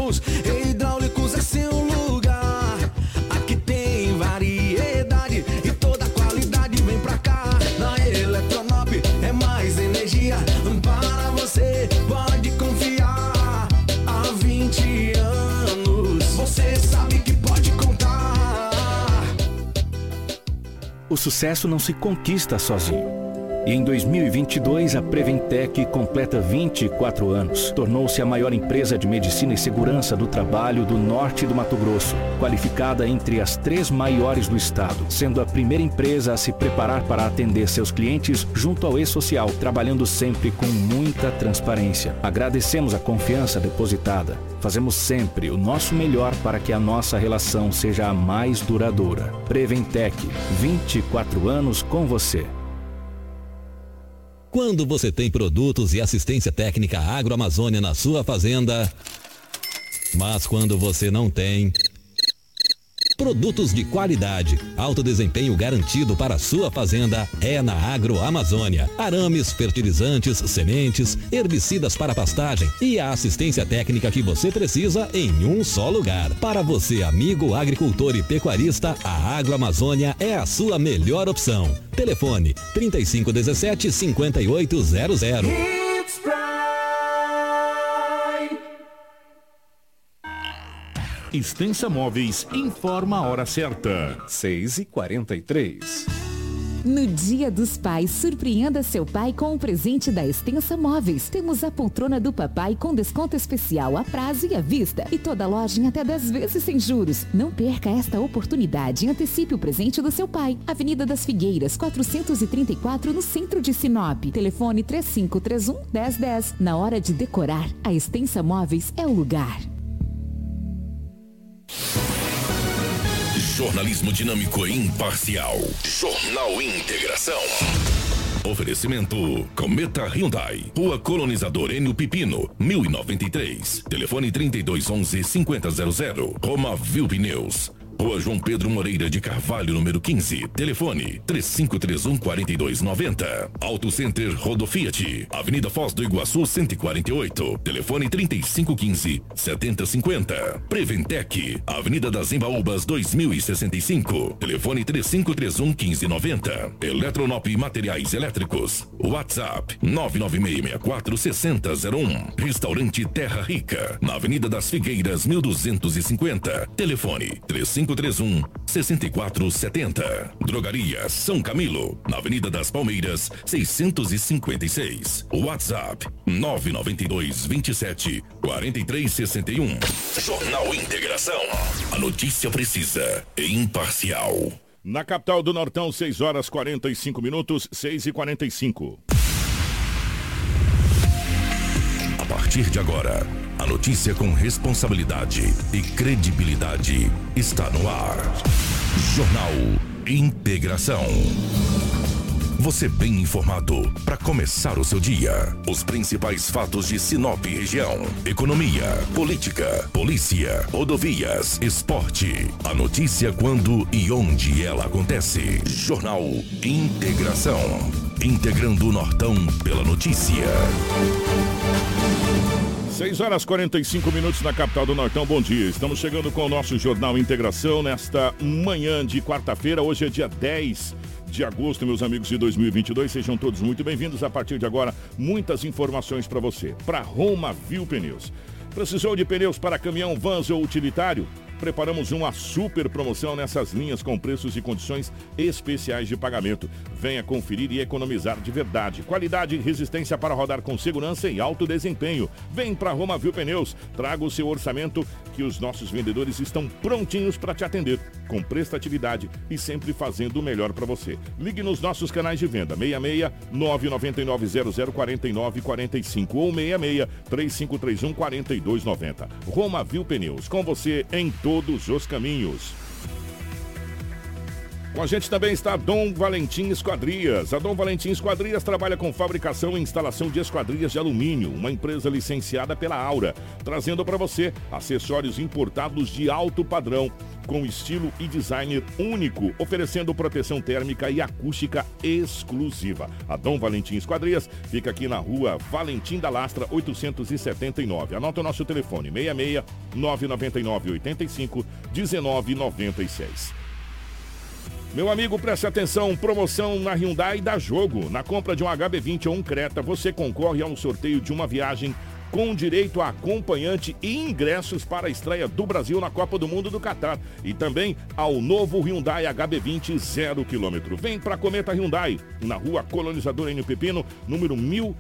anos. Hidráulicos é seu lugar. Aqui tem variedade e toda a qualidade vem pra cá. Na Eletronop é mais energia para você. Pode confiar. Há 20 anos você sabe que pode contar. O sucesso não se conquista sozinho. E em 2022, a Preventec completa 24 anos. Tornou-se a maior empresa de medicina e segurança do trabalho do norte do Mato Grosso, qualificada entre as 3 maiores do estado, sendo a primeira empresa a se preparar para atender seus clientes junto ao E-Social, trabalhando sempre com muita transparência. Agradecemos a confiança depositada. Fazemos sempre o nosso melhor para que a nossa relação seja a mais duradoura. Preventec, 24 anos com você. Quando você tem produtos e assistência técnica Agroamazônia na sua fazenda, mas quando você não tem... Produtos de qualidade, alto desempenho garantido para a sua fazenda é na Agroamazônia. Arames, fertilizantes, sementes, herbicidas para pastagem e a assistência técnica que você precisa em um só lugar. Para você, amigo agricultor e pecuarista, a Agroamazônia é a sua melhor opção. Telefone 3517-5800. Extensa Móveis informa a hora certa. 6h43. No Dia dos Pais, surpreenda seu pai com o presente da Extensa Móveis. Temos a poltrona do papai com desconto especial a prazo e à vista. E toda loja em até 10 vezes sem juros. Não perca esta oportunidade e antecipe o presente do seu pai. Avenida das Figueiras, 434, no centro de Sinop. Telefone 3531-1010. Na hora de decorar, a Extensa Móveis é o lugar. Jornalismo dinâmico e imparcial. Jornal Integração. Oferecimento Cometa Hyundai, Rua Colonizador Enio Pipino, 1093. Telefone 3211-5000. Romavil Pneus, Rua João Pedro Moreira de Carvalho, número 15. Telefone 3531-4290. Auto Center Rodo Fiat, Avenida Foz do Iguaçu 148. Telefone 3515-7050. Preventec, Avenida das Embaúbas 2065. Telefone 3531-1590. Eletronop Materiais Elétricos. WhatsApp 99664-6001. Restaurante Terra Rica, na Avenida das Figueiras 1250. Telefone 3531-6470. Drogaria São Camilo, na Avenida das Palmeiras 656. WhatsApp 99227-4361. Jornal Integração. A notícia precisa e imparcial. Na capital do Nortão, 6h45, 6h45. A partir de agora, a notícia com responsabilidade e credibilidade está no ar. Jornal Integração. Você bem informado para começar o seu dia. Os principais fatos de Sinop região: economia, política, polícia, rodovias, esporte. A notícia quando e onde ela acontece. Jornal Integração. Integrando o Nortão pela notícia. 6h45 na capital do Nortão, bom dia. Estamos chegando com o nosso Jornal Integração nesta manhã de quarta-feira. Hoje é dia 10 de agosto, meus amigos, de 2022. Sejam todos muito bem-vindos. A partir de agora, muitas informações para você. Para Romavil Pneus. Precisou de pneus para caminhão, vans ou utilitário? Preparamos uma super promoção nessas linhas com preços e condições especiais de pagamento. Venha conferir e economizar de verdade. Qualidade e resistência para rodar com segurança e alto desempenho. Vem para Romavil Pneus. Traga o seu orçamento que os nossos vendedores estão prontinhos para te atender. Com prestatividade e sempre fazendo o melhor para você. Ligue nos nossos canais de venda 66 999 00 49 45 ou 66 3531 4290. Romavil Pneus, com você em todos os caminhos. Com a gente também está a Dom Valentim Esquadrias. A Dom Valentim Esquadrias trabalha com fabricação e instalação de esquadrias de alumínio, uma empresa licenciada pela Aura, trazendo para você acessórios importados de alto padrão. com estilo e design único, oferecendo proteção térmica e acústica exclusiva. A Dom Valentim Esquadrias fica aqui na rua Valentim da Lastra, 879. Anota o nosso telefone, 66 999 85 1996. Meu amigo, preste atenção, promoção na Hyundai dá jogo. Na compra de um HB20 ou um Creta, você concorre a um sorteio de uma viagem com direito a acompanhante e ingressos para a estreia do Brasil na Copa do Mundo do Catar. E também ao novo Hyundai HB20 0 km. Vem para Cometa Hyundai, na rua Colonizador N. Pepino, número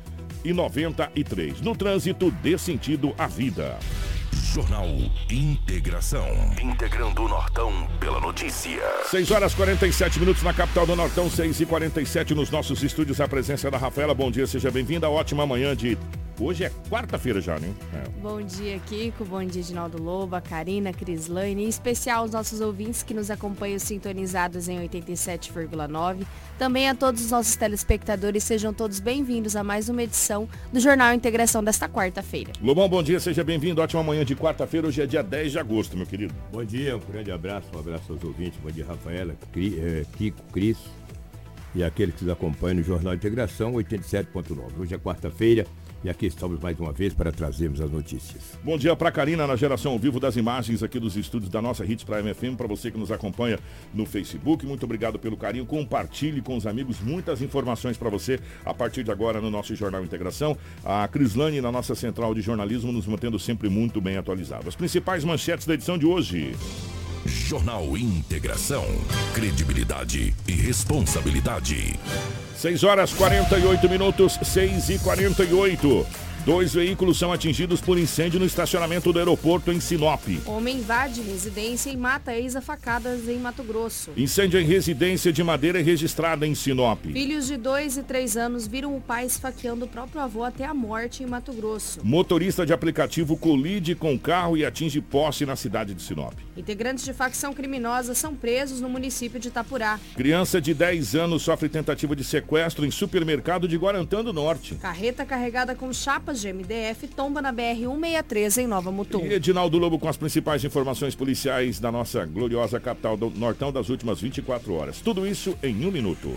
1093. No trânsito, dê sentido à vida. Jornal Integração. Integrando o Nortão pela notícia. 6 horas 47 minutos na capital do Nortão, 6h47 nos nossos estúdios. A presença da Rafaela. Bom dia, seja bem-vinda. Ótima manhã de... Hoje é quarta-feira já, né? Bom dia, Kiko. Bom dia, Edinaldo Lobo, a Karina, a Crislaine. Em especial os nossos ouvintes que nos acompanham sintonizados em 87,9. Também a todos os nossos telespectadores. Sejam todos bem-vindos a mais uma edição do Jornal Integração desta quarta-feira. Lobão, bom dia, seja bem-vindo. Ótima manhã de quarta-feira. Hoje é dia 10 de agosto, meu querido. Bom dia, um grande abraço. Um abraço aos ouvintes. Bom dia, Rafaela, Kiko, Cris e aqueles que nos acompanham no Jornal Integração 87.9. Hoje é quarta-feira. E aqui estamos mais uma vez para trazermos as notícias. Bom dia para a Karina, na geração ao vivo das imagens aqui dos estúdios da nossa Hits Prime FM. Para você que nos acompanha no Facebook, muito obrigado pelo carinho. Compartilhe com os amigos muitas informações para você a partir de agora no nosso Jornal Integração. A Crislane, na nossa central de jornalismo, nos mantendo sempre muito bem atualizados. As principais manchetes da edição de hoje. Jornal Integração. Credibilidade e responsabilidade. 6 horas 48 minutos, 6h48. 2 veículos são atingidos por incêndio no estacionamento do aeroporto em Sinop. Homem invade residência e mata ex a facadas em Mato Grosso. Incêndio em residência de Madeira registrada em Sinop. Filhos de 2 e 3 anos viram o pai esfaqueando o próprio avô até a morte em Mato Grosso. Motorista de aplicativo colide com carro e atinge poste na cidade de Sinop. Integrantes de facção criminosa são presos no município de Itapurá. Criança de 10 anos sofre tentativa de sequestro em supermercado de Guarantã do Norte. Carreta carregada com chapas de MDF tomba na BR-163 em Nova Mutum. E Edinaldo Lobo com as principais informações policiais da nossa gloriosa capital do Nortão das últimas 24 horas. Tudo isso em 1 minuto.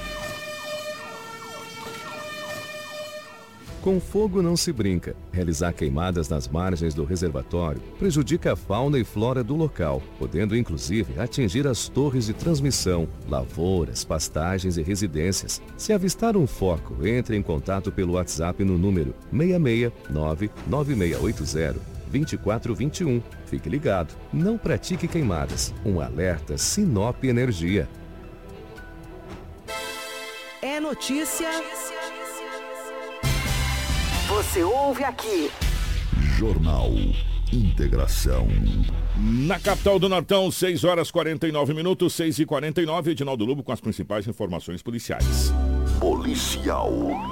Com fogo não se brinca. Realizar queimadas nas margens do reservatório prejudica a fauna e flora do local, podendo inclusive atingir as torres de transmissão, lavouras, pastagens e residências. Se avistar um foco, entre em contato pelo WhatsApp no número 669-9680-2421. Fique ligado, não pratique queimadas. Um alerta Sinop Energia. É notícia. Você ouve aqui. Jornal Integração. Na capital do Nortão, 6 horas 49 minutos, 6h49, Edinaldo Lobo com as principais informações policiais. Policial.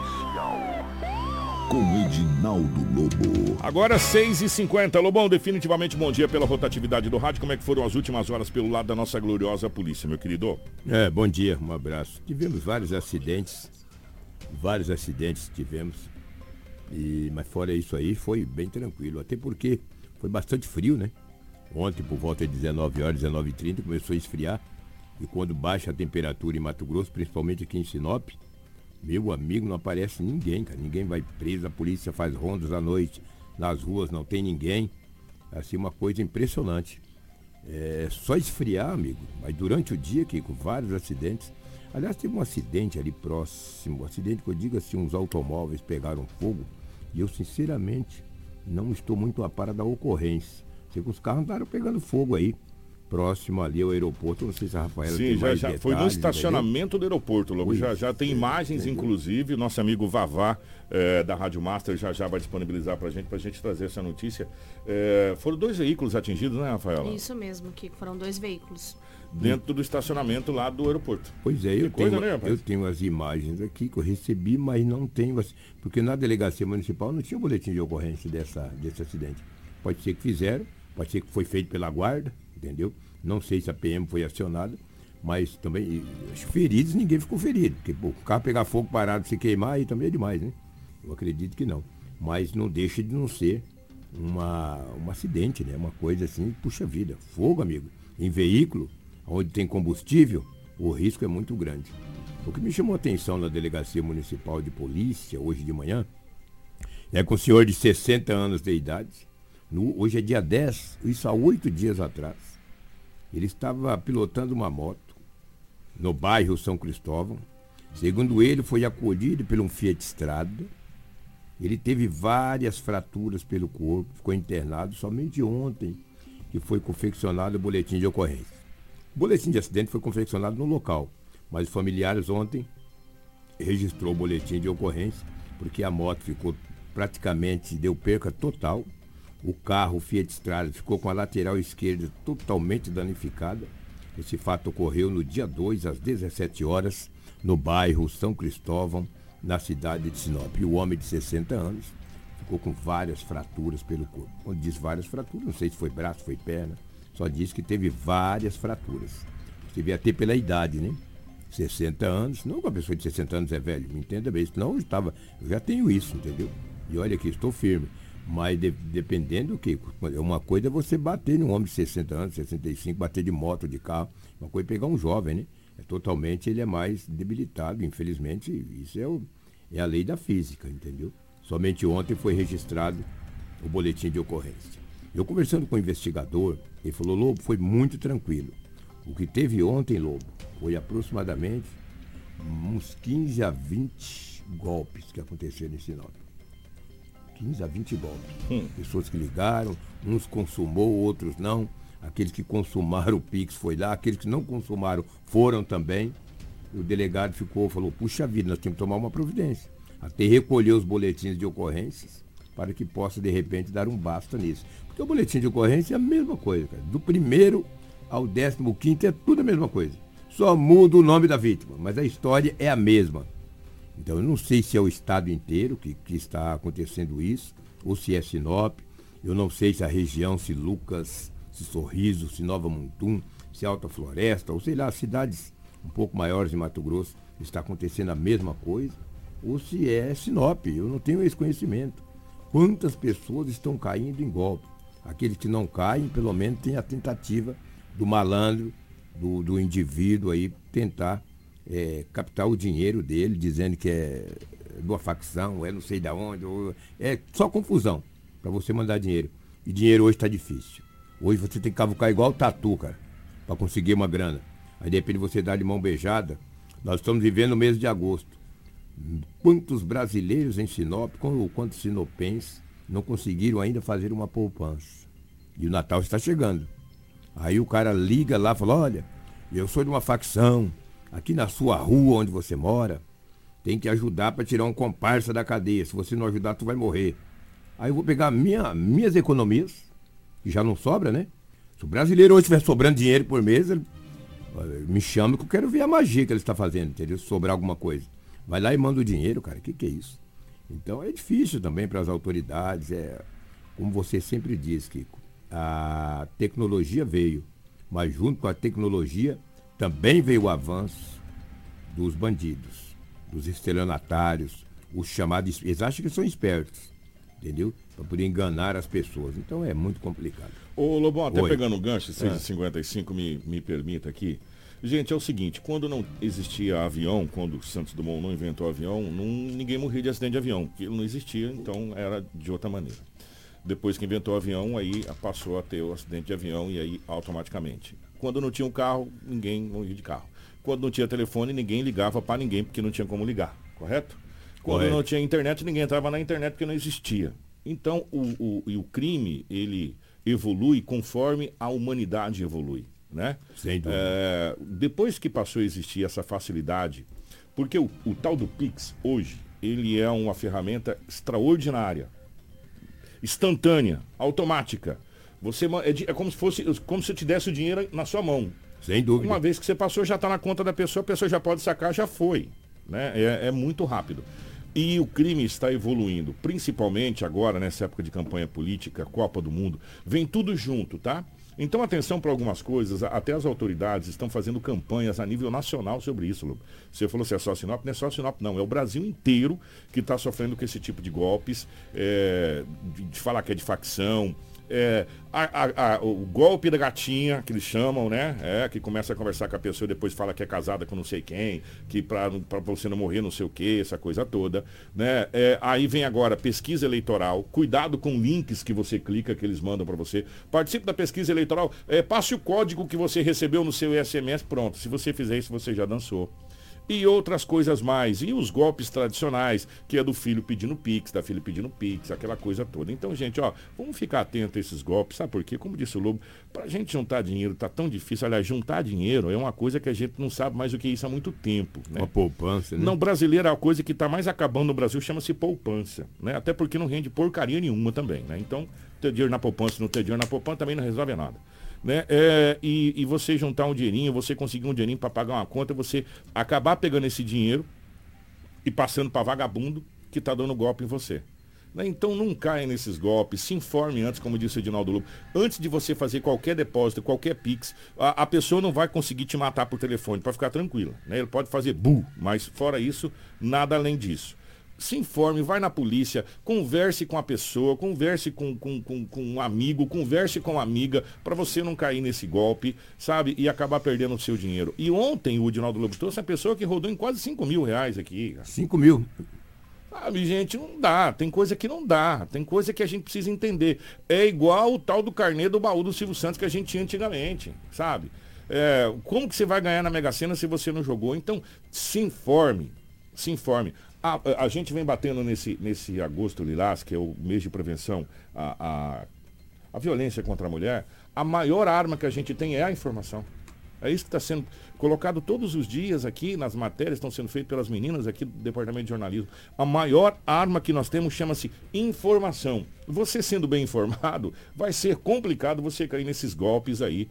Com Edinaldo Lobo. Agora 6h50. Lobão, definitivamente bom dia pela rotatividade do rádio. Como é que foram as últimas horas pelo lado da nossa gloriosa polícia, meu querido? Bom dia, um abraço. Tivemos vários acidentes tivemos. Mas fora isso aí, foi bem tranquilo. Até porque foi bastante frio, né? Ontem, por volta de 19 horas, 19h30, começou a esfriar. E quando baixa a temperatura em Mato Grosso, principalmente aqui em Sinop, meu amigo, não aparece ninguém, cara. Ninguém vai preso, a polícia faz rondas à noite. Nas ruas não tem ninguém. Assim, uma coisa impressionante. É só esfriar, amigo. Mas durante o dia, aqui com vários acidentes. Aliás, teve um acidente ali próximo. Acidente que eu digo assim, uns automóveis pegaram fogo. E eu, sinceramente, não estou muito a par da ocorrência. Sei que os carros andaram pegando fogo aí, próximo ali ao aeroporto. Não sei se a Rafaela tem mais detalhes. Foi no estacionamento do aeroporto, Lobo. Já tem imagens, inclusive. Nosso amigo Vavá, da Rádio Master, já vai disponibilizar pra gente trazer essa notícia. Foram 2 veículos atingidos, né, Rafaela? Isso mesmo, Kiko. Foram 2 veículos. Dentro do estacionamento lá do aeroporto. Pois é, eu tenho as imagens aqui que eu recebi, mas não tenho, porque na delegacia municipal não tinha boletim de ocorrência desse acidente. Pode ser que fizeram, pode ser que foi feito pela guarda, entendeu? Não sei se a PM foi acionada, mas também, acho que feridos, ninguém ficou ferido, porque o carro pegar fogo parado, se queimar, aí também é demais, né? Eu acredito que não. Mas não deixa de não ser um acidente, né? Uma coisa assim, puxa vida, fogo, amigo. Em veículo, onde tem combustível, o risco é muito grande. O que me chamou a atenção na Delegacia Municipal de Polícia, hoje de manhã, é com um senhor de 60 anos de idade, hoje é dia 10, isso há 8 dias atrás, ele estava pilotando uma moto no bairro São Cristóvão. Segundo ele, foi acolhido por um Fiat Strada. Ele teve várias fraturas pelo corpo, ficou internado somente ontem, que foi confeccionado o boletim de ocorrência. O boletim de acidente foi confeccionado no local, mas os familiares ontem registrou o boletim de ocorrência, porque a moto ficou praticamente, deu perca total. O carro, o Fiat Strada, ficou com a lateral esquerda totalmente danificada. Esse fato ocorreu no dia 2, às 17 horas, no bairro São Cristóvão, na cidade de Sinop. E o homem de 60 anos ficou com várias fraturas pelo corpo. Quando diz várias fraturas, não sei se foi braço, foi perna, só diz que teve várias fraturas. Você vê até pela idade, né? 60 anos, não que uma pessoa de 60 anos é velho, me entenda bem, senão eu já tenho isso, entendeu? E olha aqui, estou firme. Mas dependendo do que, uma coisa é você bater num homem de 60 anos, 65, bater de moto, de carro, uma coisa é pegar um jovem, né? Ele é mais debilitado, infelizmente, isso é a lei da física, entendeu? Somente ontem foi registrado o boletim de ocorrência. Eu conversando com o investigador, ele falou, Lobo, foi muito tranquilo. O que teve ontem, Lobo, foi aproximadamente uns 15 a 20 golpes que aconteceram em Sinop. 15 a 20 golpes. Pessoas que ligaram, uns consumou, outros não. Aqueles que consumaram o Pix foi lá, aqueles que não consumaram foram também. E o delegado falou, puxa vida, nós temos que tomar uma providência. Até recolher os boletins de ocorrências para que possa, de repente, dar um basta nisso. Porque o boletim de ocorrência é a mesma coisa, cara. Do 1º ao 15º é tudo a mesma coisa. Só muda o nome da vítima, mas a história é a mesma. Então eu não sei se é o estado inteiro que está acontecendo isso, ou se é Sinop. Eu não sei se a região, se Lucas, se Sorriso, se Nova Mutum, se Alta Floresta, ou sei lá, cidades um pouco maiores de Mato Grosso, está acontecendo a mesma coisa, ou se é Sinop. Eu não tenho esse conhecimento. Quantas pessoas estão caindo em golpe? Aqueles que não caem, pelo menos tem a tentativa do malandro, do indivíduo aí tentar captar o dinheiro dele, dizendo que é de uma facção, é não sei de onde, é só confusão para você mandar dinheiro. E dinheiro hoje está difícil. Hoje você tem que cavucar igual o tatu, cara, para conseguir uma grana. Aí de repente você dá de mão beijada. Nós estamos vivendo o mês de agosto. Quantos brasileiros em Sinop, quantos sinopenses não conseguiram ainda fazer uma poupança? E o Natal está chegando. Aí o cara liga lá e fala, olha, eu sou de uma facção, aqui na sua rua onde você mora, tem que ajudar para tirar um comparsa da cadeia. Se você não ajudar, tu vai morrer. Aí eu vou pegar minhas economias, que já não sobra, né? Se o brasileiro hoje estiver sobrando dinheiro por mês, ele me chama que eu quero ver a magia que ele está fazendo, entendeu? Se sobrar alguma coisa. Vai lá e manda o dinheiro, cara. O que é isso? Então é difícil também para as autoridades. Como você sempre diz, Kiko, a tecnologia veio, mas junto com a tecnologia também veio o avanço dos bandidos, dos estelionatários, os chamados, eles acham que são espertos, entendeu? Para poder enganar as pessoas. Então é muito complicado. Ô Lobão, até pegando o gancho, 6h55, me permita aqui. Gente, é o seguinte, quando não existia avião, quando o Santos Dumont não inventou avião, ninguém morria de acidente de avião, porque ele não existia, então era de outra maneira. Depois que inventou o avião, aí passou a ter o acidente de avião e aí automaticamente. Quando não tinha um carro, ninguém morria de carro. Quando não tinha telefone, ninguém ligava para ninguém porque não tinha como ligar, correto? Quando não tinha internet, ninguém entrava na internet porque não existia. Então, o crime, ele evolui conforme a humanidade evolui, né? Sem dúvida. Depois que passou a existir essa facilidade, porque o tal do Pix, hoje, ele é uma ferramenta extraordinária, instantânea, automática. É como se eu te desse o dinheiro na sua mão. Sem dúvida. Uma vez que você passou, já está na conta da pessoa, a pessoa já pode sacar, já foi. Né? É muito rápido. E o crime está evoluindo, principalmente agora, nessa época de campanha política, Copa do Mundo, vem tudo junto, tá? Então, atenção para algumas coisas, até as autoridades estão fazendo campanhas a nível nacional sobre isso, Lobo. Você falou se é só Sinop, não é só Sinop, não. É o Brasil inteiro que está sofrendo com esse tipo de golpes, de falar que é de facção. O golpe da gatinha, que eles chamam, né? Que começa a conversar com a pessoa e depois fala que é casada com não sei quem, que pra você não morrer não sei o que, essa coisa toda, né? Aí vem agora pesquisa eleitoral, cuidado com links que você clica, que eles mandam para você. Participe da pesquisa eleitoral, passe o código que você recebeu no seu SMS, pronto. Se você fizer isso, você já dançou. E outras coisas mais. E os golpes tradicionais, que é do filho pedindo Pix, da filha pedindo Pix, aquela coisa toda. Então, gente, vamos ficar atento a esses golpes, sabe por quê? Como disse o Lobo, pra gente juntar dinheiro tá tão difícil. Aliás, juntar dinheiro é uma coisa que a gente não sabe mais o que é isso há muito tempo, né? Uma poupança, né? Não, brasileiro é a coisa que tá mais acabando no Brasil, chama-se poupança, né? Até porque não rende porcaria nenhuma também, né? Então, ter dinheiro na poupança, não ter dinheiro na poupança também não resolve nada. Né? E você juntar um dinheirinho, você conseguir um dinheirinho para pagar uma conta, você acabar pegando esse dinheiro e passando para vagabundo que está dando golpe em você. Né? Então não caia nesses golpes, se informe antes, como disse o Edinaldo Lobo, antes de você fazer qualquer depósito, qualquer Pix, a pessoa não vai conseguir te matar por telefone, para ficar tranquila. Né? Ele pode fazer mas fora isso, nada além disso. Se informe, vai na polícia, converse com a pessoa, converse com um amigo, converse com uma amiga, para você não cair nesse golpe, sabe? E acabar perdendo o seu dinheiro. E ontem o Edinaldo Lobo trouxe uma pessoa que rodou em quase 5 mil reais aqui. 5 mil? Sabe, gente, não dá. Tem coisa que não dá. Tem coisa que a gente precisa entender. É igual o tal do carnê do baú do Silvio Santos que a gente tinha antigamente, sabe? Como que você vai ganhar na Mega Sena se você não jogou? Então, se informe. Se informe. A gente vem batendo nesse agosto lilás, que é o mês de prevenção à violência contra a mulher. A maior arma que a gente tem é a informação. É isso que está sendo colocado todos os dias aqui nas matérias, estão sendo feitas pelas meninas aqui do Departamento de Jornalismo. A maior arma que nós temos chama-se informação. Você sendo bem informado, vai ser complicado você cair nesses golpes aí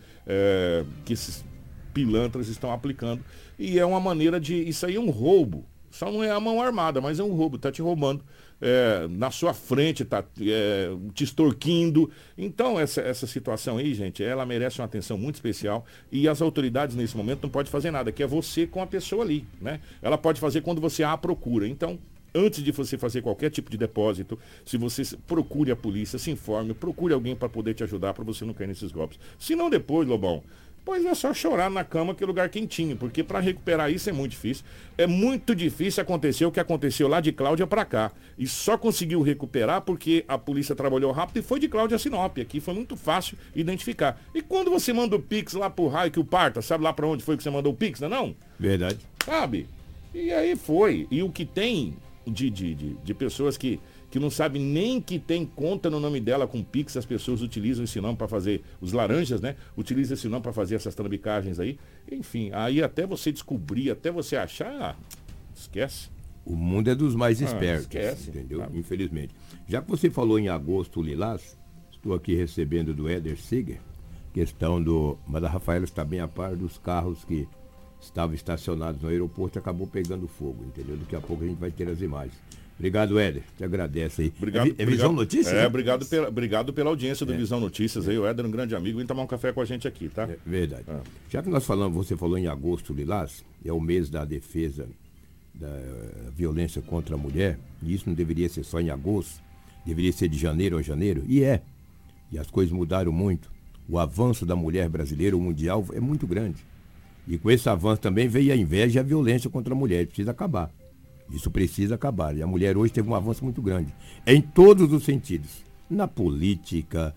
que esses pilantras estão aplicando. E é uma maneira de... Isso aí é um roubo. Só não é a mão armada, mas é um roubo, está te roubando na sua frente, está te extorquindo. Então, essa situação aí, gente, ela merece uma atenção muito especial e as autoridades nesse momento não podem fazer nada, que é você com a pessoa ali, né? Ela pode fazer quando você a procura. Então, antes de você fazer qualquer tipo de depósito, se você procure a polícia, se informe, procure alguém para poder te ajudar, para você não cair nesses golpes. Se não depois, Lobão, pois é só chorar na cama que é lugar quentinho, porque para recuperar isso é muito difícil. É muito difícil acontecer o que aconteceu lá de Cláudia para cá. E só conseguiu recuperar porque a polícia trabalhou rápido e foi de Cláudia a Sinop. Aqui foi muito fácil identificar. E quando você manda o Pix lá pro raio que o parta, sabe lá para onde foi que você mandou o Pix, não é não? Verdade. Sabe? E aí foi. E o que tem de pessoas que não sabem nem que tem conta no nome dela com Pix, as pessoas utilizam esse nome para fazer, os laranjas, né? Utilizam esse nome para fazer essas trambicagens aí. Enfim, aí até você descobrir, até você achar, esquece. O mundo é dos mais espertos, esquece, entendeu? Sabe? Infelizmente. Já que você falou em agosto lilás, estou aqui recebendo do Éder Seger, questão mas a Rafaela está bem a par dos carros que estavam estacionados no aeroporto e acabou pegando fogo, entendeu? Daqui a pouco a gente vai ter as imagens. Obrigado, Éder. Te agradeço aí. Obrigado, Visão Notícias? Né? Obrigado pela audiência do Visão Notícias aí. O Éder é um grande amigo. Vem tomar um café com a gente aqui, tá? Verdade. Já que você falou em agosto lilás, é o mês da defesa da violência contra a mulher, e isso não deveria ser só em agosto, deveria ser de janeiro a janeiro, e as coisas mudaram muito. O avanço da mulher brasileira, o mundial, é muito grande. E com esse avanço também veio a inveja e a violência contra a mulher. Precisa acabar. Isso precisa acabar. E a mulher hoje teve um avanço muito grande. Em todos os sentidos. Na política,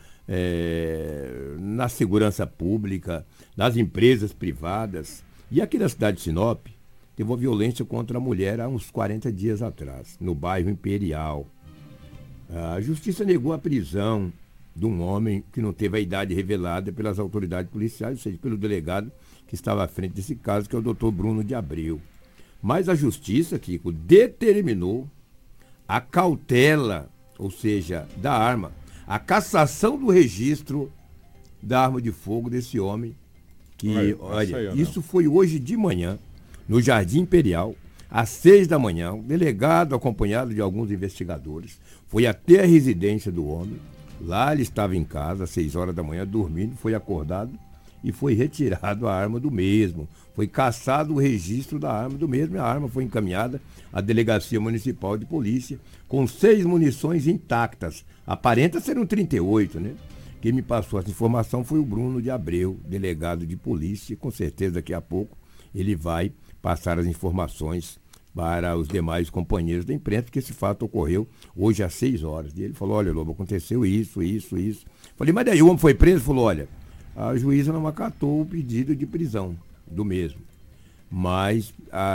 na segurança pública, nas empresas privadas. E aqui na cidade de Sinop, teve uma violência contra a mulher há uns 40 dias atrás, no bairro Imperial. A justiça negou a prisão de um homem que não teve a idade revelada pelas autoridades policiais, ou seja, pelo delegado que estava à frente desse caso, que é o doutor Bruno de Abreu. Mas a justiça, Kiko, determinou a cautela, ou seja, da arma, a cassação do registro da arma de fogo desse homem, que, olha, isso foi hoje de manhã, no Jardim Imperial. às 6 da manhã, o delegado, acompanhado de alguns investigadores, foi até a residência do homem. Lá ele estava em casa, às 6 horas da manhã, dormindo, foi acordado e foi retirado a arma do mesmo. Foi cassado o registro da arma do mesmo e a arma foi encaminhada à Delegacia Municipal de Polícia com 6 munições intactas. Aparenta ser um 38, né? Quem me passou essa informação foi o Bruno de Abreu, delegado de polícia. Com certeza daqui a pouco ele vai passar as informações para os demais companheiros da imprensa, porque esse fato ocorreu hoje às 6 horas. E ele falou, olha, Lobo, aconteceu isso. Falei, mas daí o homem foi preso? Falou, olha, a juíza não acatou o pedido de prisão do mesmo, mas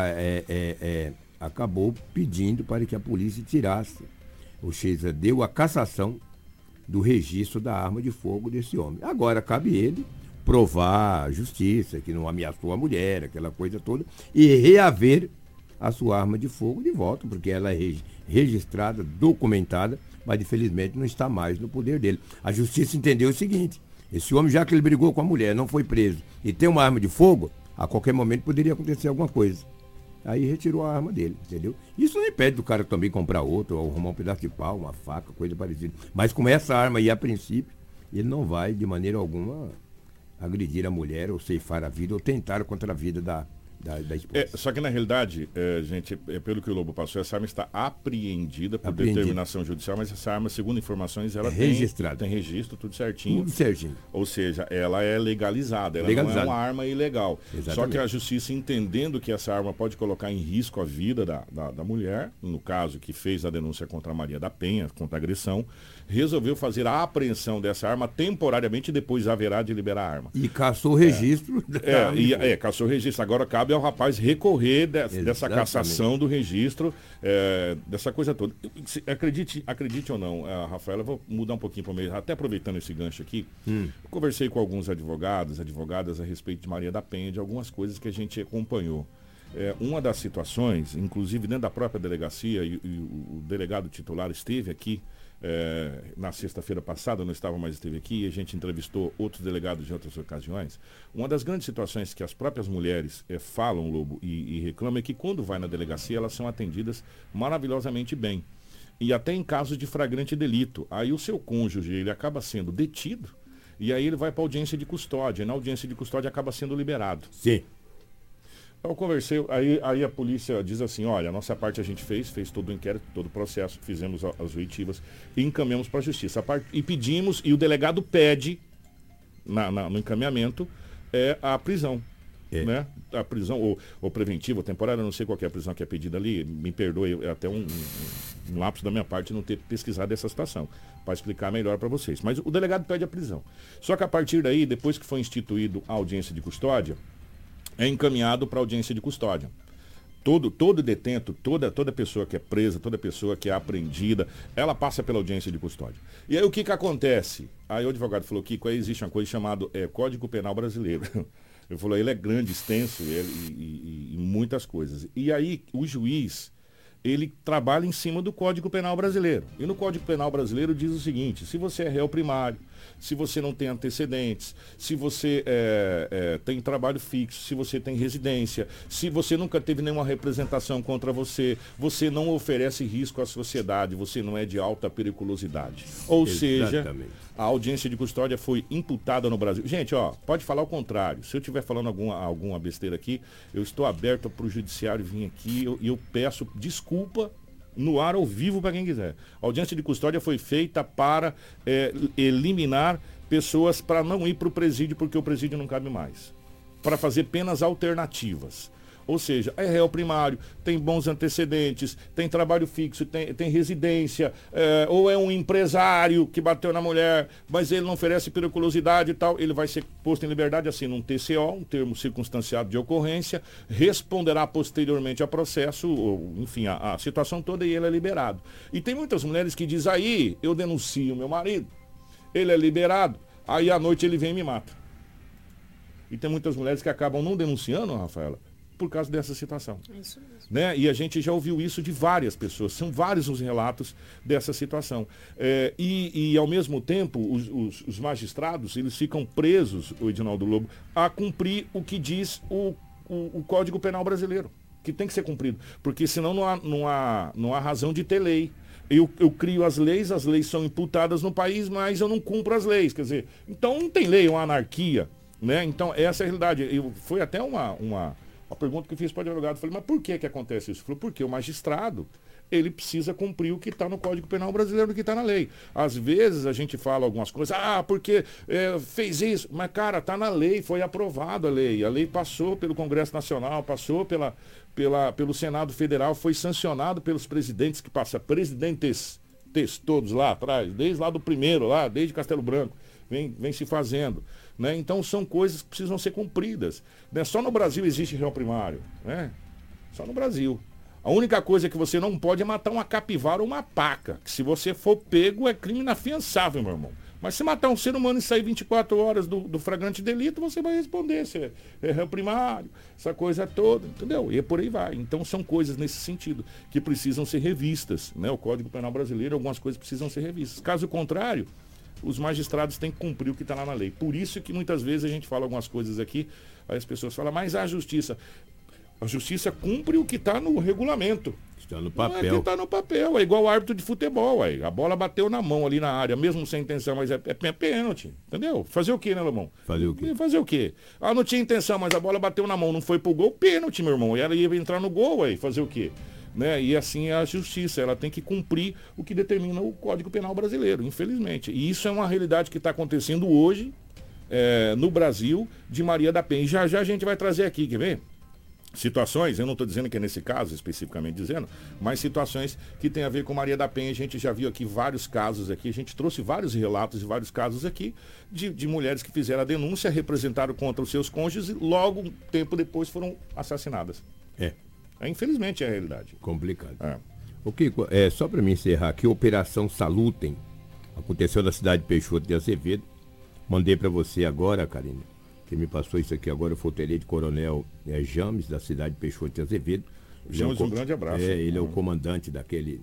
acabou pedindo para que a polícia tirasse, ou seja, deu a cassação do registro da arma de fogo desse homem. Agora cabe ele provar a justiça, que não ameaçou a mulher, aquela coisa toda, e reaver a sua arma de fogo de volta, porque ela é registrada, documentada, mas infelizmente não está mais no poder dele. A justiça entendeu o seguinte, esse homem, já que ele brigou com a mulher, não foi preso, e tem uma arma de fogo, a qualquer momento poderia acontecer alguma coisa. Aí retirou a arma dele, entendeu? Isso não impede do cara também comprar outra, ou arrumar um pedaço de pau, uma faca, coisa parecida. Mas com essa arma aí, a princípio, ele não vai, de maneira alguma, agredir a mulher, ou ceifar a vida, ou tentar contra a vida da esposa. Só que na realidade, gente, pelo que o Lobo passou, essa arma está apreendida por determinação judicial, mas essa arma, segundo informações, ela registrada. Tem registro, tudo certinho. Tudo certinho. Ou seja, ela é legalizada, ela não é uma arma ilegal. Exatamente. Só que a justiça, entendendo que essa arma pode colocar em risco a vida da mulher, no caso que fez a denúncia contra a Maria da Penha, contra a agressão, resolveu fazer a apreensão dessa arma temporariamente e depois haverá de liberar a arma. E caçou o registro. Caçou o registro. Agora cabe ao rapaz recorrer dessa cassação do registro, dessa coisa toda. Acredite ou não, Rafaela, vou mudar um pouquinho para o meio, até aproveitando esse gancho aqui, eu conversei com alguns advogadas a respeito de Maria da Penha, de algumas coisas que a gente acompanhou. Uma das situações, inclusive dentro da própria delegacia, e o delegado titular esteve aqui, na sexta-feira passada, não estava mais, esteve aqui, e a gente entrevistou outros delegados de outras ocasiões. Uma das grandes situações que as próprias mulheres falam, Lobo, e reclamam é que quando vai na delegacia elas são atendidas maravilhosamente bem. E até em casos de flagrante delito. Aí o seu cônjuge, ele acaba sendo detido, e aí ele vai para a audiência de custódia, e na audiência de custódia acaba sendo liberado. Sim. Eu conversei, aí a polícia diz assim, olha, a nossa parte a gente fez todo o inquérito, todo o processo, fizemos as oitivas e encaminhamos para a justiça. E pedimos, e o delegado pede, no encaminhamento, a prisão. Né? A prisão, ou preventiva, ou temporária, eu não sei qual é a prisão que é pedida ali, me perdoe, é até um lapso da minha parte não ter pesquisado essa situação, para explicar melhor para vocês. Mas o delegado pede a prisão. Só que a partir daí, depois que foi instituído a audiência de custódia, é encaminhado para a audiência de custódia. Todo detento, toda pessoa que é presa, toda pessoa que é apreendida, ela passa pela audiência de custódia. E aí o que acontece? Aí o advogado falou que existe uma coisa chamada Código Penal Brasileiro. Ele falou, ele é grande, extenso e muitas coisas. E aí o juiz, ele trabalha em cima do Código Penal Brasileiro. E no Código Penal Brasileiro diz o seguinte, se você é réu primário, se você não tem antecedentes, se você tem trabalho fixo, se você tem residência, se você nunca teve nenhuma representação contra você, você não oferece risco à sociedade, você não é de alta periculosidade. Ou seja, a audiência de custódia foi imputada no Brasil. Gente, pode falar o contrário. Se eu estiver falando alguma besteira aqui, eu estou aberto para o judiciário vir aqui e eu peço desculpa no ar ao vivo para quem quiser. A audiência de custódia foi feita para eliminar pessoas para não ir para o presídio, porque o presídio não cabe mais. Para fazer penas alternativas. Ou seja, é réu primário, tem bons antecedentes, tem trabalho fixo, tem residência, ou é um empresário que bateu na mulher, mas ele não oferece periculosidade e tal, ele vai ser posto em liberdade, assina um TCO, um termo circunstanciado de ocorrência, responderá posteriormente a processo, ou, enfim, a situação toda, e ele é liberado. E tem muitas mulheres que dizem, aí eu denuncio meu marido, ele é liberado, aí à noite ele vem e me mata. E tem muitas mulheres que acabam não denunciando, Rafaela, por causa dessa situação. Isso mesmo. Né? E a gente já ouviu isso de várias pessoas, são vários os relatos dessa situação. E ao mesmo tempo, os magistrados, eles ficam presos, o Edinaldo Lobo, a cumprir o que diz o Código Penal Brasileiro. que tem que ser cumprido. Porque senão não há razão de ter lei. Eu crio as leis são imputadas no país, mas eu não cumpro as leis. Quer dizer, então não tem lei, é uma anarquia. Né? Então, essa é a realidade. Foi até uma pergunta que eu fiz para o advogado. Falei, mas por que acontece isso? Ele falou, porque o magistrado, ele precisa cumprir o que está no Código Penal brasileiro, o que está na lei. Às vezes a gente fala algumas coisas, porque fez isso. Mas, cara, está na lei, foi aprovada a lei. A lei passou pelo Congresso Nacional, passou pelo Senado Federal, foi sancionado pelos presidentes que passam, presidentes todos lá atrás, desde lá do primeiro, lá, desde Castelo Branco, vem se fazendo. Né? Então são coisas que precisam ser cumpridas. Né? Só no Brasil existe réu primário. Né? Só no Brasil. A única coisa que você não pode é matar uma capivara ou uma paca. Que se você for pego, é crime inafiançável, meu irmão. Mas se matar um ser humano e sair 24 horas do flagrante delito, você vai responder. Se é réu primário, essa coisa toda, entendeu? E por aí vai. Então são coisas nesse sentido que precisam ser revistas. Né? O Código Penal brasileiro, algumas coisas precisam ser revistas. Caso contrário, os magistrados têm que cumprir o que está lá na lei. Por isso que muitas vezes a gente fala algumas coisas aqui, aí as pessoas falam, mas a justiça cumpre o que está no regulamento. Está no papel. Não é que está no papel, é igual o árbitro de futebol. Aí. A bola bateu na mão ali na área, mesmo sem intenção, mas é pênalti. Entendeu? Fazer o quê, né, Lomão? Fazer o quê? Não tinha intenção, mas a bola bateu na mão, não foi pro gol, pênalti, meu irmão. E ela ia entrar no gol aí, fazer o quê? Né? E assim é a justiça, ela tem que cumprir o que determina o Código Penal brasileiro, infelizmente. E isso é uma realidade que está acontecendo hoje no Brasil de Maria da Penha. E já a gente vai trazer aqui, quer ver? Situações, eu não estou dizendo que é nesse caso, especificamente dizendo, mas situações que tem a ver com Maria da Penha. A gente já viu aqui vários casos aqui, a gente trouxe vários relatos e vários casos aqui de mulheres que fizeram a denúncia, representaram contra os seus cônjuges e logo um tempo depois foram assassinadas. Infelizmente é a realidade. Complicado. O Kiko, só para me encerrar aqui, a Operação Salutem aconteceu na cidade de Peixoto de Azevedo. Mandei para você agora, Karina. Quem me passou isso aqui agora foi o tenente coronel James, da cidade de Peixoto de Azevedo. James, um grande abraço. Ele é o comandante daquele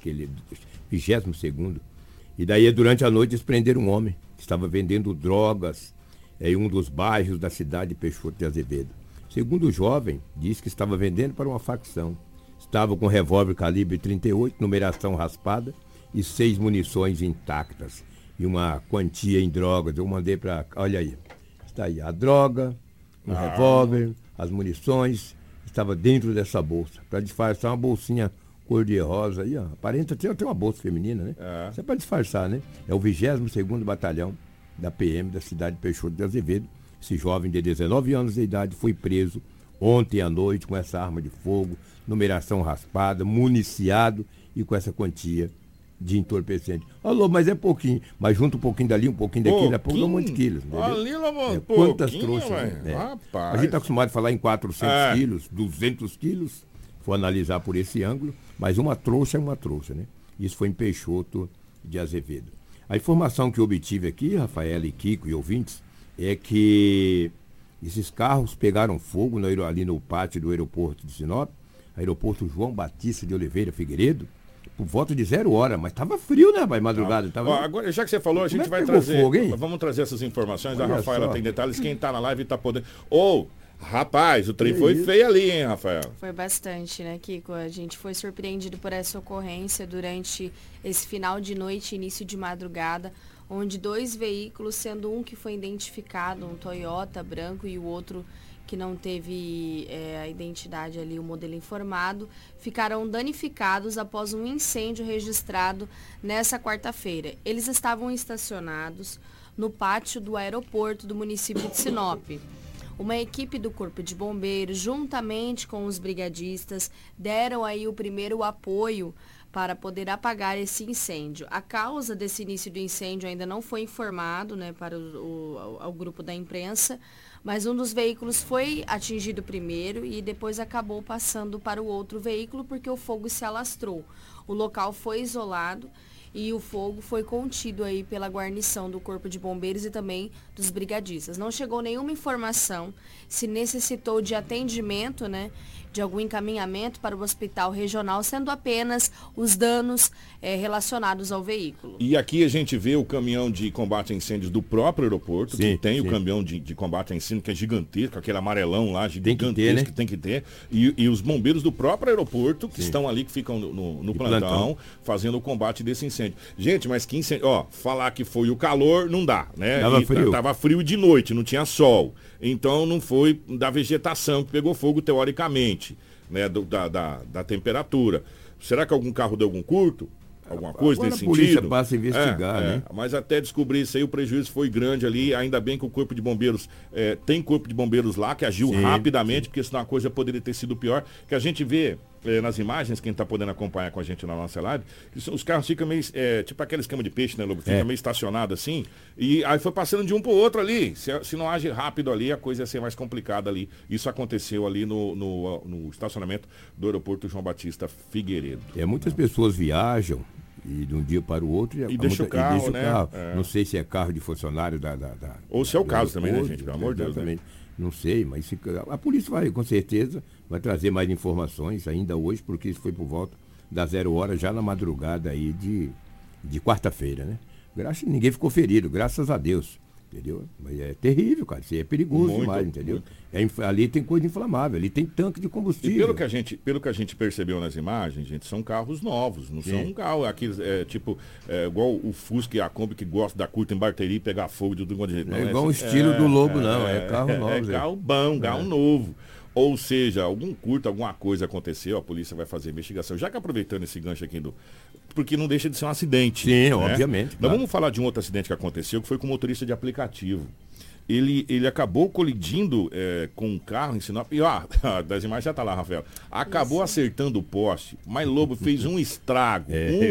22º. E daí, durante a noite, eles prenderam um homem que estava vendendo drogas em um dos bairros da cidade de Peixoto de Azevedo. Segundo o jovem, disse que estava vendendo para uma facção. Estava com revólver calibre 38, numeração raspada e 6 munições intactas. E uma quantia em drogas. Eu mandei para... Olha aí. Está aí a droga, o revólver, as munições. Estava dentro dessa bolsa. Para disfarçar uma bolsinha cor-de-rosa aí, ó. Aparenta ter uma bolsa feminina, né? Isso é para disfarçar, né? É o 22º Batalhão da PM da cidade de Peixoto de Azevedo. Esse jovem de 19 anos de idade foi preso ontem à noite com essa arma de fogo, numeração raspada, municiado e com essa quantia de entorpecente. Alô, mas é pouquinho. Mas junto um pouquinho dali, um pouquinho daqui, daqui a pouco dá um monte de quilos. Ali, quantas trouxas? Rapaz. A gente está acostumado a falar em 400 quilos, 200 quilos. For analisar por esse ângulo. Mas uma trouxa é uma trouxa, né? Isso foi em Peixoto de Azevedo. A informação que eu obtive aqui, Rafaela e Kiko e ouvintes, é que esses carros pegaram fogo ali no pátio do aeroporto de Sinop, aeroporto João Batista de Oliveira Figueiredo, por volta de 0 hora, mas estava frio, né, rapaz, madrugada. Agora, já que você falou, a gente vai trazer, vamos trazer essas informações. Olha, a Rafaela tem detalhes, quem está na live está podendo... Rapaz, o trem foi feio ali, hein, Rafael? Foi bastante, né, Kiko? A gente foi surpreendido por essa ocorrência durante esse final de noite, início de madrugada, onde 2 veículos, sendo um que foi identificado, um Toyota branco, e o outro que não teve a identidade ali, o modelo informado, ficaram danificados após um incêndio registrado nessa quarta-feira. Eles estavam estacionados no pátio do aeroporto do município de Sinop. Uma equipe do Corpo de Bombeiros, juntamente com os brigadistas, deram aí o primeiro apoio para poder apagar esse incêndio. A causa desse início do incêndio ainda não foi informado, né, para o grupo da imprensa, mas um dos veículos foi atingido primeiro e depois acabou passando para o outro veículo porque o fogo se alastrou. O local foi isolado e o fogo foi contido aí pela guarnição do Corpo de Bombeiros e também dos brigadistas. Não chegou nenhuma informação se necessitou de atendimento, né, de algum encaminhamento para o hospital regional, sendo apenas os danos relacionados ao veículo. E aqui a gente vê o caminhão de combate a incêndios do próprio aeroporto, que tem o caminhão de combate a incêndio, que é gigantesco, aquele amarelão lá, gigantesco, que tem que ter. E os bombeiros do próprio aeroporto, que estão ali, que ficam no plantão, fazendo o combate desse incêndio. Gente, mas que incêndio, falar que foi o calor, não dá, né? Tava frio de noite, não tinha sol. Então não foi da vegetação que pegou fogo, teoricamente, né? Da temperatura. Será que algum carro deu algum curto? Alguma coisa nesse sentido? A polícia passa a investigar, né? Mas até descobrir isso aí, o prejuízo foi grande ali. Ainda bem que o Corpo de Bombeiros, tem Corpo de Bombeiros lá, que agiu rapidamente, porque senão a coisa poderia ter sido pior. Que a gente vê nas imagens, quem está podendo acompanhar com a gente na nossa live, que os carros ficam meio, tipo aquele esquema de peixe, né, Lobo? Fica meio estacionado assim, e aí foi passando de um para o outro ali. Se não age rápido ali, a coisa ia ser mais complicada ali. Isso aconteceu ali no estacionamento do aeroporto João Batista Figueiredo. Muitas pessoas viajam e de um dia para o outro e deixa o carro, né? Não sei se é carro de funcionário da ou se é o caso também, né, gente? Pelo amor de Deus, né? Não sei, mas a polícia vai, com certeza, vai trazer mais informações ainda hoje, porque isso foi por volta das 0 horas, já na madrugada aí de quarta-feira, né? Ninguém ficou ferido, graças a Deus, entendeu? Mas é terrível, cara, isso aí é perigoso demais, entendeu? Ali tem coisa inflamável, ali tem tanque de combustível. E pelo que a gente percebeu nas imagens, gente, são carros novos, não são carros aqueles, igual o Fusca e a Kombi que gosta da curta em bateria e pegar fogo de tudo quanto de jeito. Não é igual o estilo do Lobo, não, é carro novo. É carro bom, carro novo. Ou seja, algum curto, alguma coisa aconteceu, a polícia vai fazer investigação. Já que aproveitando esse gancho aqui porque não deixa de ser um acidente. Sim, né? obviamente. Então vamos falar de um outro acidente que aconteceu, que foi com o motorista de aplicativo. Ele acabou colidindo com um carro em Sinop. E das imagens já tá lá, Rafael. Acabou acertando o poste, mas Lobo fez um estrago.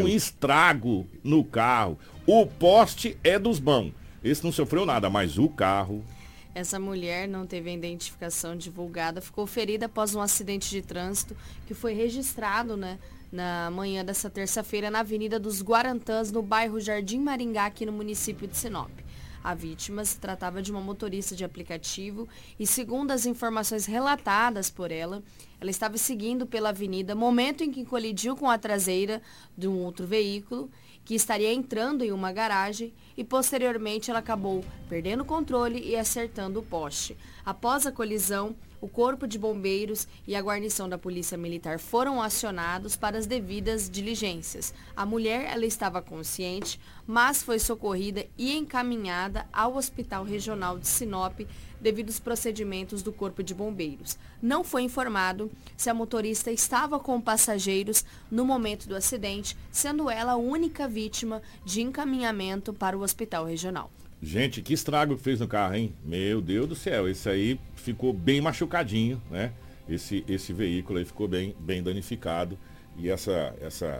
Estrago no carro. O poste é dos bons. Esse não sofreu nada, mas o carro... Essa mulher não teve a identificação divulgada, ficou ferida após um acidente de trânsito que foi registrado, né, na manhã dessa terça-feira na Avenida dos Guarantãs, no bairro Jardim Maringá, aqui no município de Sinop. A vítima se tratava de uma motorista de aplicativo e, segundo as informações relatadas por ela estava seguindo pela avenida, momento em que colidiu com a traseira de um outro veículo que estaria entrando em uma garagem e, posteriormente, ela acabou perdendo o controle e acertando o poste. Após a colisão, o Corpo de Bombeiros e a guarnição da Polícia Militar foram acionados para as devidas diligências. A mulher, ela estava consciente, mas foi socorrida e encaminhada ao Hospital Regional de Sinop devido aos procedimentos do Corpo de Bombeiros. Não foi informado se a motorista estava com passageiros no momento do acidente, sendo ela a única vítima de encaminhamento para o Hospital Regional. Gente, que estrago que fez no carro, hein? Meu Deus do céu, esse aí ficou bem machucadinho, né? Esse veículo aí ficou bem danificado. E essa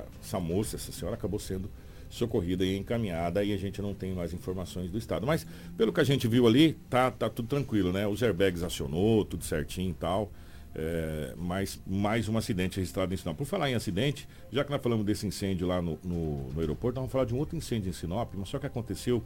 moça, essa senhora acabou sendo socorrida e encaminhada, e a gente não tem mais informações do estado. Mas, pelo que a gente viu ali, tá tudo tranquilo, né? Os airbags acionou, tudo certinho e tal. Mas mais um acidente registrado em Sinop. Por falar em acidente, já que nós falamos desse incêndio lá no aeroporto, vamos falar de um outro incêndio em Sinop, mas só que aconteceu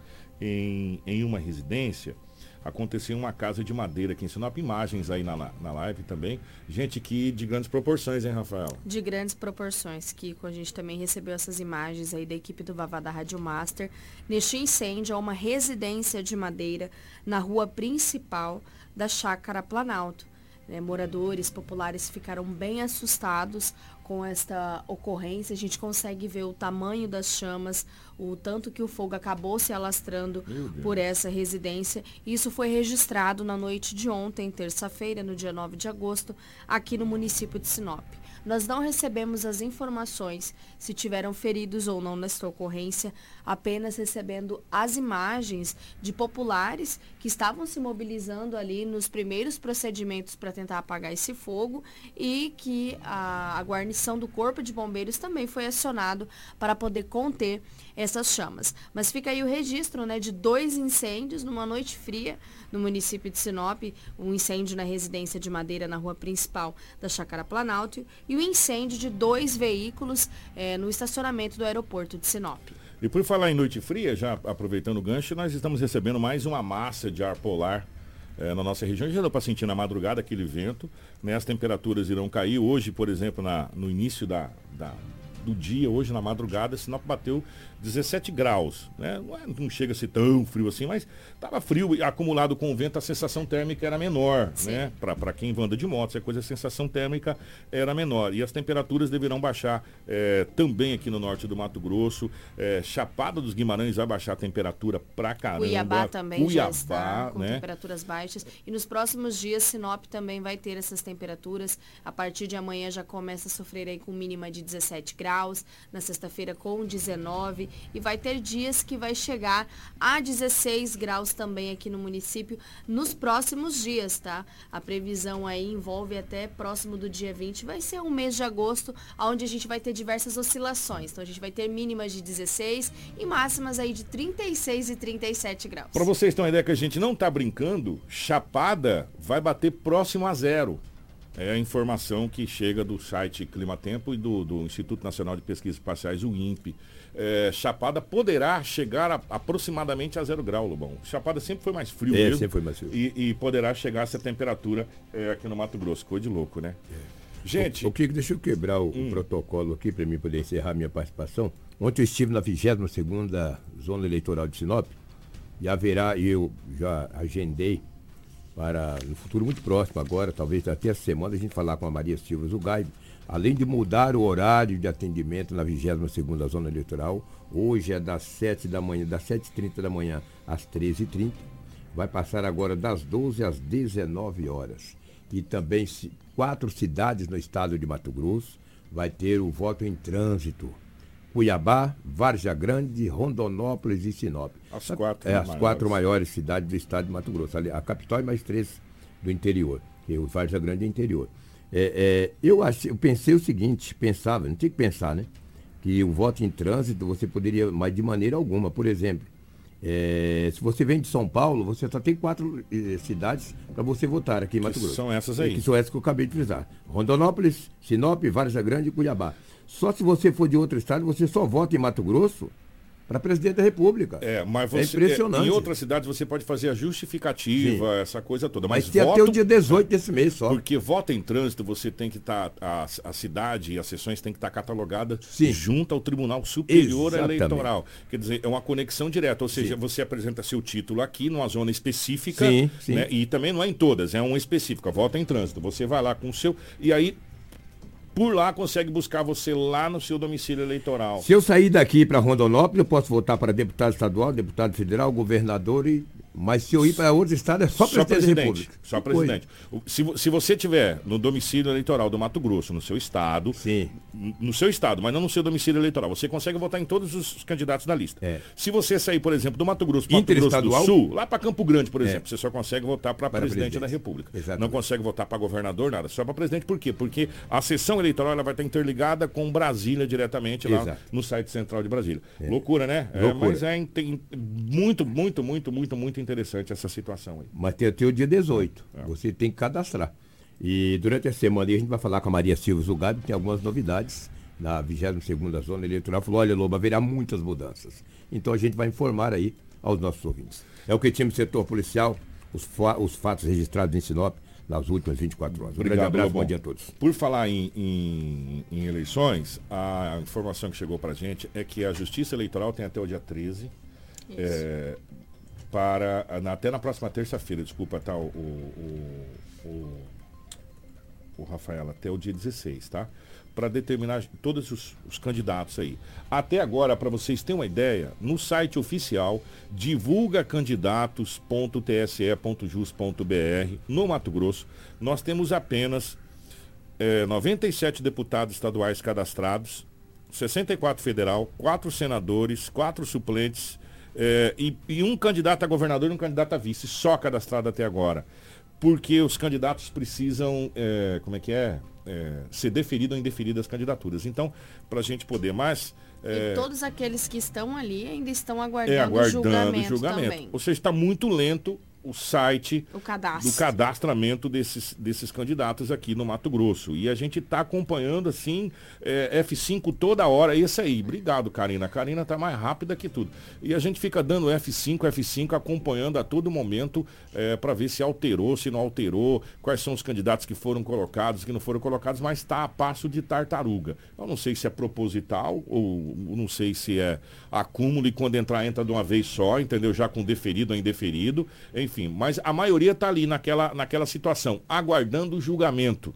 em uma residência. Aconteceu em uma casa de madeira aqui em Sinop, imagens aí na live também. Gente, que de grandes proporções, hein, Rafael? De grandes proporções, Kiko. A gente também recebeu essas imagens aí da equipe do Vavá da Rádio Master. Neste incêndio, há uma residência de madeira na rua principal da Chácara Planalto. Moradores populares ficaram bem assustados com esta ocorrência. A gente consegue ver o tamanho das chamas, o tanto que o fogo acabou se alastrando por essa residência. Isso foi registrado na noite de ontem, terça-feira, no dia 9 de agosto, aqui no município de Sinop. Nós não recebemos as informações se tiveram feridos ou não nesta ocorrência, apenas recebendo as imagens de populares que estavam se mobilizando ali nos primeiros procedimentos para tentar apagar esse fogo e que a guarnição do Corpo de Bombeiros também foi acionado para poder conter essas chamas. Mas fica aí o registro, né, de 2 incêndios numa noite fria no município de Sinop, um incêndio na residência de madeira na rua principal da Chácara Planalto e o incêndio de 2 veículos no estacionamento do aeroporto de Sinop. E por falar em noite fria, já aproveitando o gancho, nós estamos recebendo mais uma massa de ar polar na nossa região. Já deu para sentir na madrugada aquele vento, né? As temperaturas irão cair. Hoje, por exemplo, no início do dia, hoje na madrugada, Sinop bateu 17 graus, né? Não chega a ser tão frio assim, mas estava frio e acumulado com o vento, a sensação térmica era menor, né? Para quem anda de moto, essa coisa, a sensação térmica era menor. E as temperaturas deverão baixar também aqui no norte do Mato Grosso. Chapada dos Guimarães vai baixar a temperatura pra caramba. Cuiabá também já está com né? temperaturas baixas. E nos próximos dias, Sinop também vai ter essas temperaturas. A partir de amanhã já começa a sofrer aí com mínima de 17 graus. Na sexta-feira com 19. E vai ter dias que vai chegar a 16 graus também aqui no município nos próximos dias, tá? A previsão aí envolve até próximo do dia 20. Vai ser um mês de agosto, onde a gente vai ter diversas oscilações. Então a gente vai ter mínimas de 16 e máximas aí de 36 e 37 graus. Para vocês terem uma ideia que a gente não tá brincando, Chapada vai bater próximo a zero. É a informação que chega do site Climatempo e do Instituto Nacional de Pesquisas Espaciais, o INPE. Chapada poderá chegar aproximadamente a 0 grau, Lobão. Chapada sempre foi mais frio mesmo. Sempre foi mais frio. E poderá chegar a essa temperatura aqui no Mato Grosso. Coisa de louco, né? Gente... O Kiko, deixa eu quebrar o protocolo aqui para mim poder encerrar minha participação. Ontem eu estive na 22ª Zona Eleitoral de Sinop e eu já agendei para, no futuro muito próximo agora, talvez até essa semana, a gente falar com a Maria Silva Zugai, além de mudar o horário de atendimento na 22ª Zona Eleitoral, hoje é das 7h30 da manhã às 13h30, vai passar agora das 12 às 19 horas. E também 4 cidades no estado de Mato Grosso vai ter o voto em trânsito. Cuiabá, Várzea Grande, Rondonópolis e Sinop. As 4 as 4 maiores cidades do estado de Mato Grosso. A capital e mais 3 do interior. E o Várzea Grande é interior. Eu pensei o seguinte, não tinha que pensar, né? Que o voto em trânsito você poderia, mas de maneira alguma. Por exemplo, se você vem de São Paulo, você só tem 4 cidades para você votar aqui em Mato Grosso. São essas aí. Que são essas que eu acabei de frisar. Rondonópolis, Sinop, Várzea Grande e Cuiabá. Só se você for de outro estado, você só vota em Mato Grosso para presidente da República. Mas você, impressionante. Em outras cidades você pode fazer a justificativa, Sim. essa coisa toda. Mas tem até o dia 18 desse mês só. Porque voto em trânsito, você tem que estar, a cidade e as sessões têm que estar catalogadas junto ao Tribunal Superior Eleitoral. Quer dizer, é uma conexão direta. Ou seja, você apresenta seu título aqui numa zona específica, né? E também não é em todas, é uma específica. Voto em trânsito. Você vai lá com o seu... E aí... Por lá consegue buscar você lá no seu domicílio eleitoral. Se eu sair daqui para Rondonópolis, eu posso votar para deputado estadual, deputado federal, governador Mas se eu ir para outro estado, é só presidente da República. Só presidente. Se você tiver no domicílio eleitoral do Mato Grosso, no seu estado, no seu estado, mas não no seu domicílio eleitoral, você consegue votar em todos os candidatos da lista. Se você sair, por exemplo, do Mato Grosso para Mato Grosso do Sul, lá para Campo Grande, por exemplo, você só consegue votar para presidente da República. Exatamente. Não consegue votar para governador, nada, só para presidente. Por quê? Porque a sessão eleitoral ela vai estar interligada com Brasília diretamente lá no site central de Brasília. Loucura, né? Loucura. Mas muito interessante essa situação aí. Mas tem até o dia 18. Você tem que cadastrar. E durante a semana a gente vai falar com a Maria Silva Zugabi, tem algumas novidades na 22ª Zona Eleitoral. Falou, olha, Lobo, haverá muitas mudanças. Então a gente vai informar aí aos nossos ouvintes. É o que tinha no setor policial, os fatos registrados em Sinop nas últimas 24 horas. Obrigado, grande abraço, Lobão. bom dia a todos. Por falar em eleições, a informação que chegou pra gente é que a Justiça Eleitoral tem até o dia 13 até na próxima terça-feira, desculpa, tá, o Rafael, até o dia 16, tá? Para determinar todos os candidatos aí. Até agora, para vocês terem uma ideia, no site oficial divulgacandidatos.tse.jus.br no Mato Grosso, nós temos apenas 97 deputados estaduais cadastrados, 64 federal, 4 senadores, 4 suplentes, e um candidato a governador e um candidato a vice, só cadastrado até agora. Porque os candidatos precisam, ser deferido ou indeferido as candidaturas. Então, para a gente poder mais... E todos aqueles que estão ali ainda estão aguardando o julgamento também. Ou seja, está muito lento o site O cadastro. do cadastramento desses candidatos aqui no Mato Grosso. E a gente está acompanhando, assim, F5 toda hora. Esse aí, obrigado, Karina. A Karina está mais rápida que tudo. E a gente fica dando F5, acompanhando a todo momento para ver se alterou, se não alterou, quais são os candidatos que foram colocados, que não foram colocados, mas está a passo de tartaruga. Eu não sei se é proposital ou não sei se é acúmulo e quando entra de uma vez só, entendeu? Já com deferido ou indeferido, enfim. Mas a maioria está ali naquela situação, aguardando o julgamento.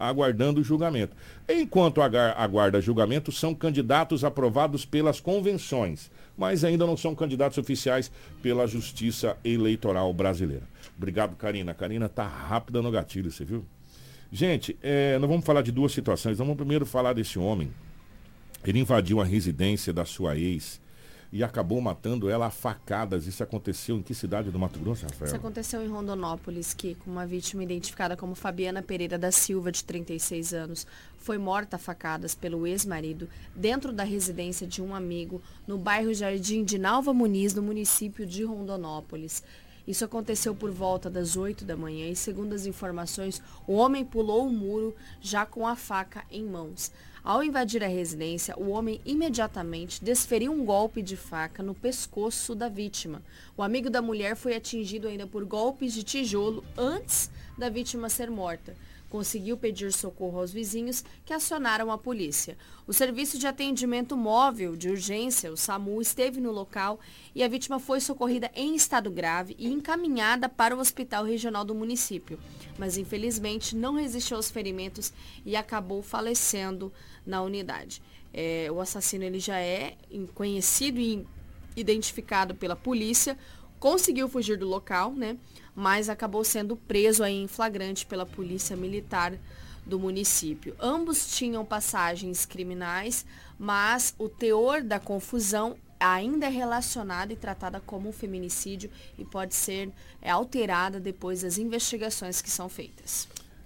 Enquanto aguarda julgamento, são candidatos aprovados pelas convenções, mas ainda não são candidatos oficiais pela Justiça Eleitoral Brasileira. Obrigado, Karina. A Karina está rápida no gatilho, você viu? Gente, nós vamos falar de duas situações. Nós vamos primeiro falar desse homem. Ele invadiu a residência da sua ex e acabou matando ela a facadas. Isso aconteceu em que cidade do Mato Grosso, Rafael? Isso aconteceu em Rondonópolis, que com uma vítima identificada como Fabiana Pereira da Silva, de 36 anos, foi morta a facadas pelo ex-marido dentro da residência de um amigo no bairro Jardim de Nalva Muniz, no município de Rondonópolis. Isso aconteceu por volta das 8 da manhã e, segundo as informações, o homem pulou o muro já com a faca em mãos. Ao invadir a residência, o homem imediatamente desferiu um golpe de faca no pescoço da vítima. O amigo da mulher foi atingido ainda por golpes de tijolo antes da vítima ser morta. Conseguiu pedir socorro aos vizinhos, que acionaram a polícia. O Serviço de Atendimento Móvel de Urgência, o SAMU, esteve no local e a vítima foi socorrida em estado grave e encaminhada para o Hospital Regional do município. Mas, infelizmente, não resistiu aos ferimentos e acabou falecendo na unidade. O assassino ele já é conhecido e identificado pela polícia, conseguiu fugir do local, né? Mas acabou sendo preso aí em flagrante pela polícia militar do município. Ambos tinham passagens criminais, mas o teor da confusão ainda é relacionada e tratada como um feminicídio e pode ser alterada depois das investigações que são feitas.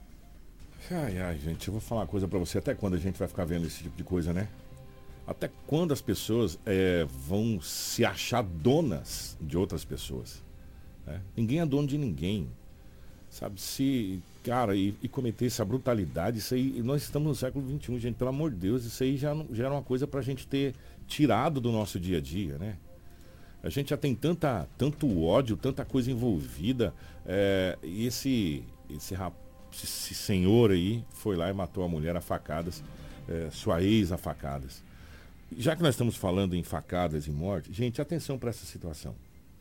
Ai, gente, eu vou falar uma coisa pra você. Até quando a gente vai ficar vendo esse tipo de coisa, né? Até quando as pessoas vão se achar donas de outras pessoas? Né? Ninguém é dono de ninguém. Sabe, cara, e cometer essa brutalidade, isso aí, nós estamos no século XXI, gente, pelo amor de Deus, isso aí já era uma coisa pra gente ter tirado do nosso dia a dia, né? A gente já tem tanto ódio, tanta coisa envolvida, e esse senhor aí foi lá e matou a mulher a facadas, sua ex a facadas. Já que nós estamos falando em facadas e morte, gente, atenção para essa situação.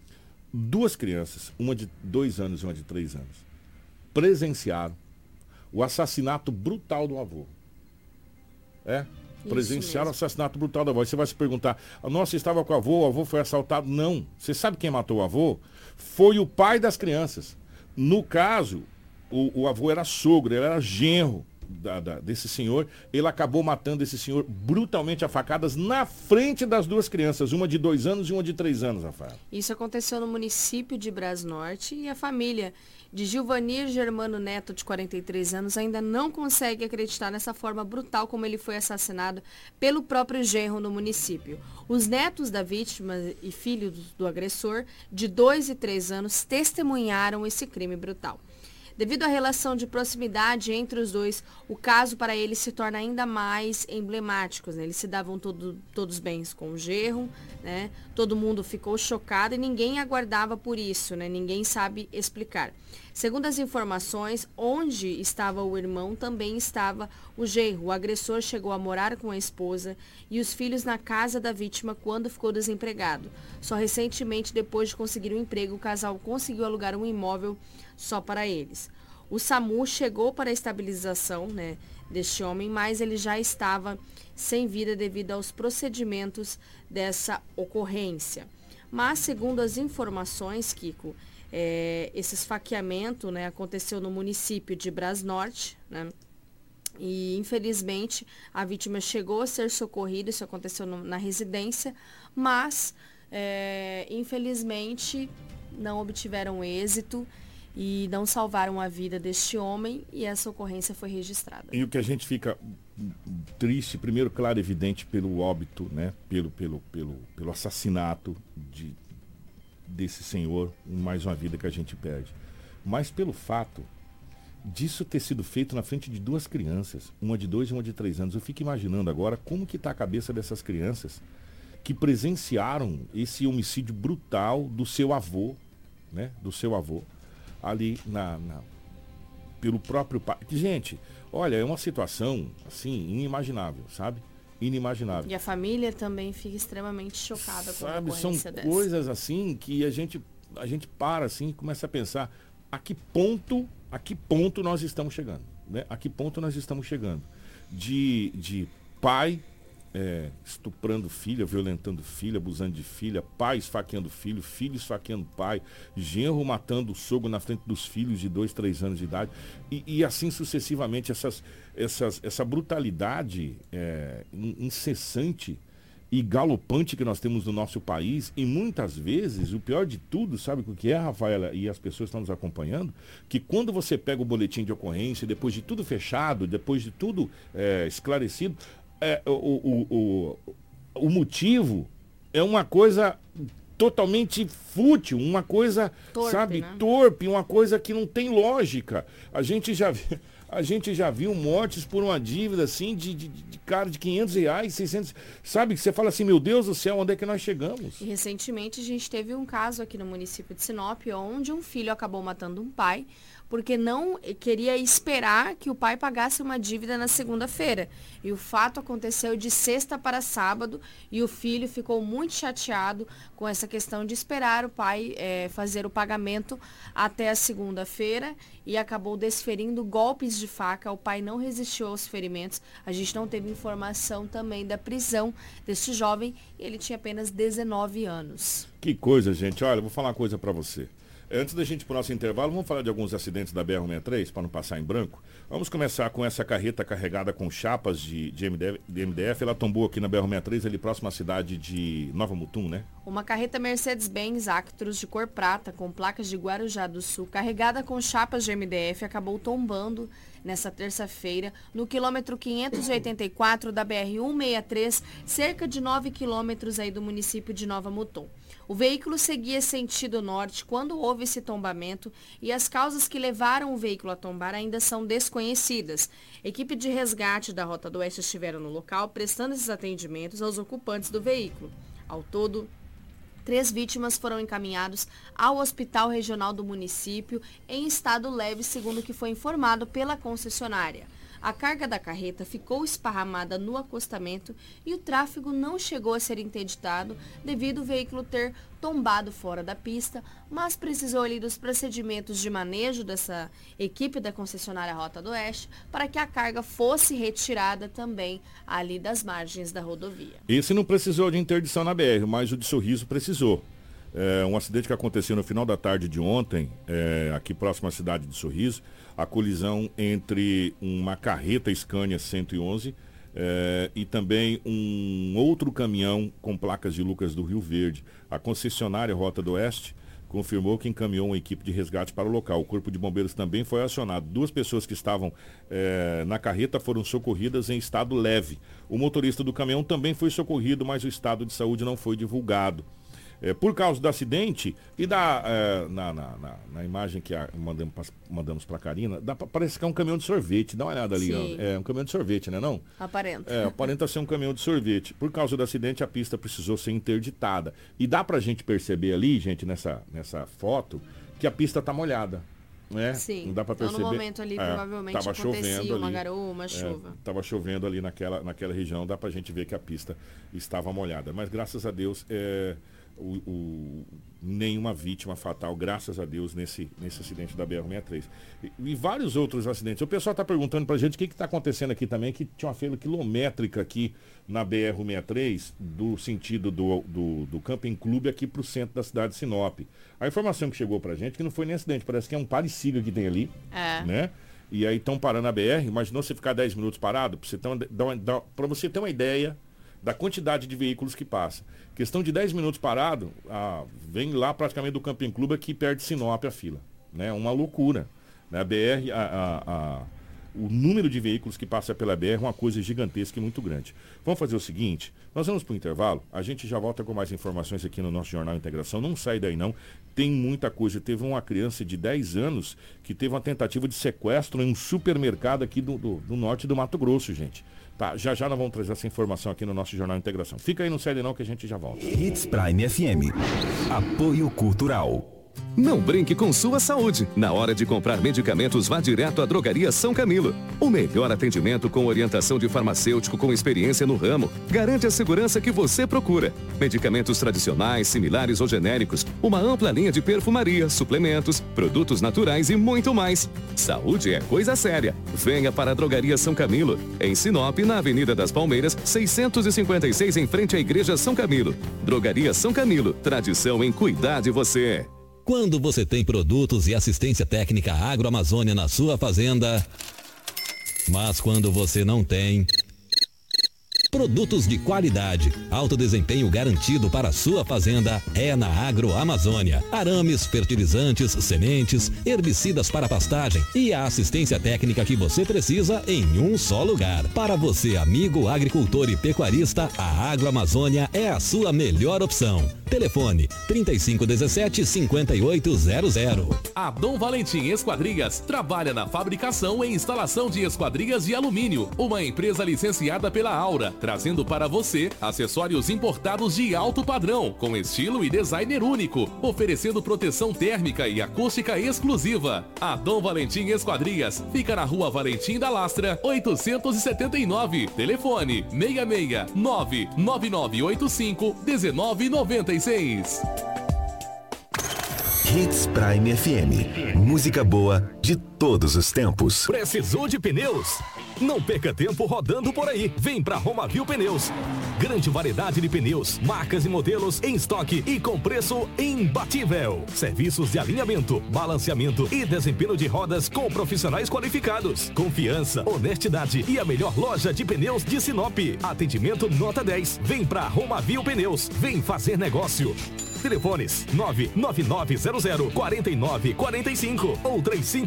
2 crianças, uma de 2 anos e uma de 3 anos, presenciaram o assassinato brutal do avô. Presenciaram o assassinato brutal do avô. Aí você vai se perguntar, nossa, estava com o avô foi assaltado? Não. Você sabe quem matou o avô? Foi o pai das crianças. No caso, o avô era sogro, ele era genro desse senhor. Ele acabou matando esse senhor brutalmente a facadas na frente das 2 crianças, uma de 2 anos e uma de 3 anos, Rafael. Isso aconteceu no município de Brasnorte e a família de Gilvanir Germano Neto, de 43 anos, ainda não consegue acreditar nessa forma brutal como ele foi assassinado pelo próprio genro no município. Os netos da vítima e filhos do agressor, de 2 e 3 anos, testemunharam esse crime brutal. Devido à relação de proximidade entre os dois, o caso para eles se torna ainda mais emblemático, né? Eles se davam todos bens com o genro, né? Todo mundo ficou chocado e ninguém aguardava por isso, né? Ninguém sabe explicar. Segundo as informações, onde estava o irmão também estava o genro. O agressor chegou a morar com a esposa e os filhos na casa da vítima quando ficou desempregado. Só recentemente, depois de conseguir um emprego, o casal conseguiu alugar um imóvel só para eles. O SAMU chegou para a estabilização, né, deste homem, mas ele já estava sem vida devido aos procedimentos dessa ocorrência. Mas, segundo as informações, Kiko, esse esfaqueamento, né, aconteceu no município de Brasnorte, né, e infelizmente a vítima chegou a ser socorrida, isso aconteceu na residência, mas infelizmente não obtiveram êxito e não salvaram a vida deste homem e essa ocorrência foi registrada. E o que a gente fica triste, primeiro, claro, evidente pelo óbito, né? Pelo assassinato desse senhor, mais uma vida que a gente perde. Mas pelo fato disso ter sido feito na frente de 2 crianças, uma de 2 e uma de 3 anos. Eu fico imaginando agora como que está a cabeça dessas crianças que presenciaram esse homicídio brutal do seu avô, né? Do seu avô, ali pelo próprio pai. Gente, olha, é uma situação, assim, inimaginável, sabe? Inimaginável. E a família também fica extremamente chocada com a São ocorrência dessa. coisas, assim, que a gente para, assim, e começa a pensar a que ponto nós estamos chegando, né? A que ponto nós estamos chegando de pai estuprando filha, violentando filha, abusando de filha, pai esfaqueando filho, filho esfaqueando pai, genro matando o sogro na frente dos filhos de 2, 3 anos de idade e assim sucessivamente, essa brutalidade incessante e galopante que nós temos no nosso país. E muitas vezes, o pior de tudo, sabe o que é, Rafaela, e as pessoas estão nos acompanhando, que quando você pega o boletim de ocorrência, depois de tudo fechado, depois de tudo esclarecido, o motivo é uma coisa totalmente fútil, uma coisa, torpe, sabe, né? Torpe, uma coisa que não tem lógica. A gente já viu mortes por uma dívida assim de cara de R$500, 600, sabe? Que você fala assim, meu Deus do céu, onde é que nós chegamos? E recentemente a gente teve um caso aqui no município de Sinop, onde um filho acabou matando um pai, porque não queria esperar que o pai pagasse uma dívida na segunda-feira. E o fato aconteceu de sexta para sábado e o filho ficou muito chateado com essa questão de esperar o pai fazer o pagamento até a segunda-feira e acabou desferindo golpes de faca. O pai não resistiu aos ferimentos. A gente não teve informação também da prisão deste jovem. Ele tinha apenas 19 anos. Que coisa, gente. Olha, eu vou falar uma coisa para você. Antes da gente ir para o nosso intervalo, vamos falar de alguns acidentes da BR-163, para não passar em branco. Vamos começar com essa carreta carregada com chapas de MDF. Ela tombou aqui na BR-163, ali próximo à cidade de Nova Mutum, né? Uma carreta Mercedes-Benz Actros de cor prata, com placas de Guarujá do Sul, carregada com chapas de MDF, acabou tombando nessa terça-feira, no quilômetro 584 da BR-163, cerca de 9 quilômetros aí do município de Nova Mutum. O veículo seguia sentido norte quando houve esse tombamento e as causas que levaram o veículo a tombar ainda são desconhecidas. Equipe de resgate da Rota do Oeste estiveram no local prestando esses atendimentos aos ocupantes do veículo. Ao todo, 3 vítimas foram encaminhados ao Hospital Regional do município em estado leve, segundo o que foi informado pela concessionária. A carga da carreta ficou esparramada no acostamento e o tráfego não chegou a ser interditado devido ao veículo ter tombado fora da pista, mas precisou ali dos procedimentos de manejo dessa equipe da concessionária Rota do Oeste para que a carga fosse retirada também ali das margens da rodovia. Esse não precisou de interdição na BR, mas o de Sorriso precisou. Um acidente que aconteceu no final da tarde de ontem, aqui próximo à cidade de Sorriso, a colisão entre uma carreta Scania 111 e também um outro caminhão com placas de Lucas do Rio Verde. A concessionária Rota do Oeste confirmou que encaminhou uma equipe de resgate para o local. O Corpo de Bombeiros também foi acionado. 2 pessoas que estavam na carreta foram socorridas em estado leve. O motorista do caminhão também foi socorrido, mas o estado de saúde não foi divulgado. Por causa do acidente e na imagem que mandamos para a Karina, parece que é um caminhão de sorvete. Dá uma olhada ali. Ó. É um caminhão de sorvete, né não? Aparenta. Aparenta ser um caminhão de sorvete. Por causa do acidente, a pista precisou ser interditada. E dá para a gente perceber ali, gente, nessa foto, que a pista está molhada. Né? Sim. Não dá para perceber. Então, no momento ali, provavelmente acontecia uma garoa, uma chuva. Estava chovendo ali naquela região, dá para a gente ver que a pista estava molhada. Mas graças a Deus, nenhuma vítima fatal, graças a Deus, nesse acidente da BR-163. E vários outros acidentes. O pessoal está perguntando para a gente o que está acontecendo aqui também, que tinha uma fila quilométrica aqui na BR-163, do sentido do Camping Clube aqui para o centro da cidade de Sinop. A informação que chegou para a gente que não foi nem acidente, parece que é um pare-siga que tem ali, né? E aí estão parando a BR. Imaginou você ficar 10 minutos parado? Para você ter uma ideia da quantidade de veículos que passa. Questão de 10 minutos parado, vem lá praticamente do Camping Clube aqui perto de Sinop a fila. Né? Uma loucura. Né? A BR, o número de veículos que passa pela BR é uma coisa gigantesca e muito grande. Vamos fazer o seguinte, nós vamos para o intervalo, a gente já volta com mais informações aqui no nosso Jornal Integração, não sai daí não, tem muita coisa. Teve uma criança de 10 anos que teve uma tentativa de sequestro em um supermercado aqui do norte do Mato Grosso, gente. Tá, já nós vamos trazer essa informação aqui no nosso Jornal Integração. Fica aí, não sai daí não que a gente já volta. Hits Prime FM. Apoio Cultural. Não brinque com sua saúde. Na hora de comprar medicamentos, vá direto à Drogaria São Camilo. O melhor atendimento com orientação de farmacêutico com experiência no ramo. Garante a segurança que você procura. Medicamentos tradicionais, similares ou genéricos. Uma ampla linha de perfumaria, suplementos, produtos naturais e muito mais. Saúde é coisa séria. Venha para a Drogaria São Camilo. Em Sinop, na Avenida das Palmeiras, 656, em frente à Igreja São Camilo. Drogaria São Camilo. Tradição em cuidar de você. Quando você tem produtos e assistência técnica Agroamazônia na sua fazenda, mas quando você não tem... Produtos de qualidade, alto desempenho garantido para a sua fazenda é na Agroamazônia. Arames, fertilizantes, sementes, herbicidas para pastagem e a assistência técnica que você precisa em um só lugar. Para você, amigo agricultor e pecuarista, a Agroamazônia é a sua melhor opção. Telefone 3517-5800. A Dom Valentim Esquadrias trabalha na fabricação e instalação de esquadrias de alumínio, uma empresa licenciada pela Aura, trazendo para você acessórios importados de alto padrão, com estilo e designer único, oferecendo proteção térmica e acústica exclusiva. A Dom Valentim Esquadrias fica na Rua Valentim da Lastra, 879. Telefone 669-9985-1996. Hits Prime FM. Música boa de todos os tempos. Precisou de pneus? Não perca tempo rodando por aí. Vem pra Romavil Pneus. Grande variedade de pneus, marcas e modelos em estoque e com preço imbatível. Serviços de alinhamento, balanceamento e desempenho de rodas com profissionais qualificados. Confiança, honestidade e a melhor loja de pneus de Sinop. Atendimento nota 10. Vem pra Romavil Pneus. Vem fazer negócio. Telefones 99900-4945 ou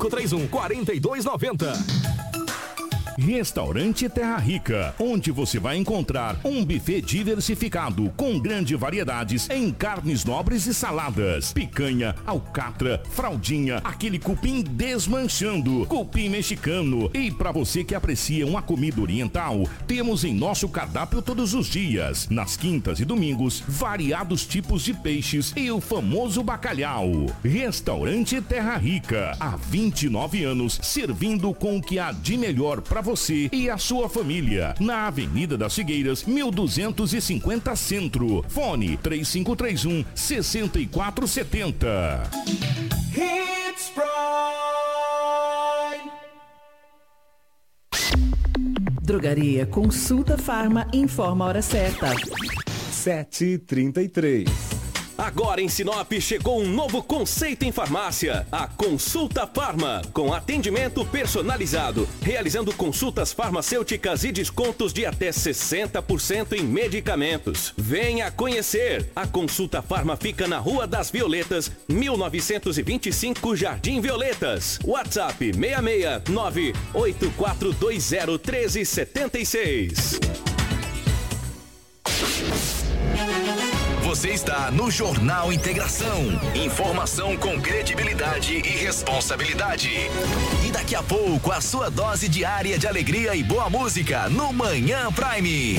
3531-4290. Restaurante Terra Rica, onde você vai encontrar um buffet diversificado com grandes variedades em carnes nobres e saladas, picanha, alcatra, fraldinha, aquele cupim desmanchando, cupim mexicano. E para você que aprecia uma comida oriental, temos em nosso cardápio todos os dias, nas quintas e domingos, variados tipos de peixes e o famoso bacalhau. Restaurante Terra Rica, há 29 anos, servindo com o que há de melhor para você e a sua família. Na Avenida das Figueiras, 1250 Centro. Fone 3531-6470. Hits Prime. Drogaria Consulta Farma informa a hora certa. 7h33. Agora em Sinop chegou um novo conceito em farmácia, a Consulta Farma, com atendimento personalizado, realizando consultas farmacêuticas e descontos de até 60% em medicamentos. Venha conhecer! A Consulta Farma fica na Rua das Violetas, 1925 Jardim Violetas. WhatsApp 669-8420-1376. Você está no Jornal Integração. Informação com credibilidade e responsabilidade. E daqui a pouco, a sua dose diária de alegria e boa música no Manhã Prime.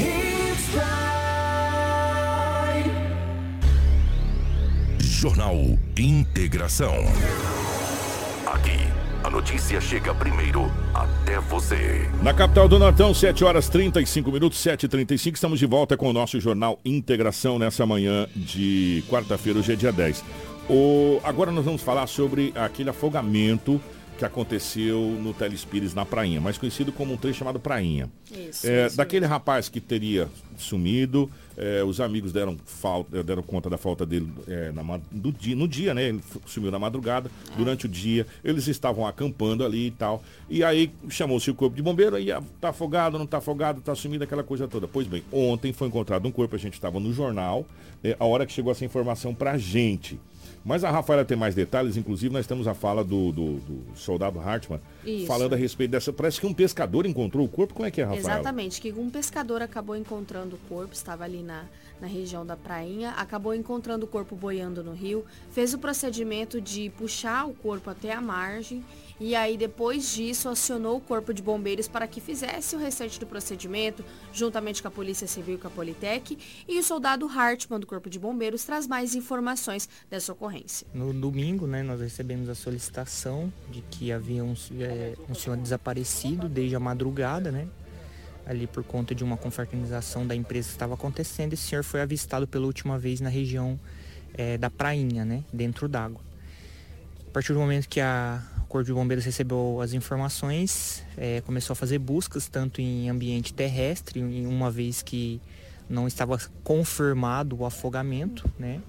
Jornal Integração. Aqui, a notícia chega primeiro até você. Na capital do Nortão, 7h35, 7h35, estamos de volta com o nosso Jornal Integração nessa manhã de quarta-feira, hoje é dia 10. Agora nós vamos falar sobre aquele afogamento que aconteceu no Telespires, na Prainha, mais conhecido como um trecho chamado Prainha. Isso. Daquele rapaz que teria sumido, os amigos deram conta da falta dele no dia, né? Ele sumiu na madrugada, durante o dia, eles estavam acampando ali e tal, e aí chamou-se o corpo de bombeiro, aí tá afogado, não tá afogado, tá sumido, aquela coisa toda. Pois bem, ontem foi encontrado um corpo, a gente estava no jornal, a hora que chegou essa informação pra gente. Mas a Rafaela tem mais detalhes, inclusive nós temos a fala do soldado Hartmann, falando a respeito dessa... Parece que um pescador encontrou o corpo. Como é que é, Rafaela? Exatamente, que um pescador acabou encontrando o corpo, estava ali na região da prainha, acabou encontrando o corpo boiando no rio, fez o procedimento de puxar o corpo até a margem e aí depois disso acionou o corpo de bombeiros para que fizesse o restante do procedimento, juntamente com a Polícia Civil e com a Politec, e o soldado Hartmann do Corpo de Bombeiros traz mais informações dessa ocorrência. No domingo, né, nós recebemos a solicitação de que havia um senhor desaparecido desde a madrugada, né? Ali por conta de uma confraternização da empresa que estava acontecendo. Esse senhor foi avistado pela última vez na região da prainha, né, dentro d'água. A partir do momento que o Corpo de Bombeiros recebeu as informações, começou a fazer buscas, tanto em ambiente terrestre, uma vez que não estava confirmado o afogamento, né,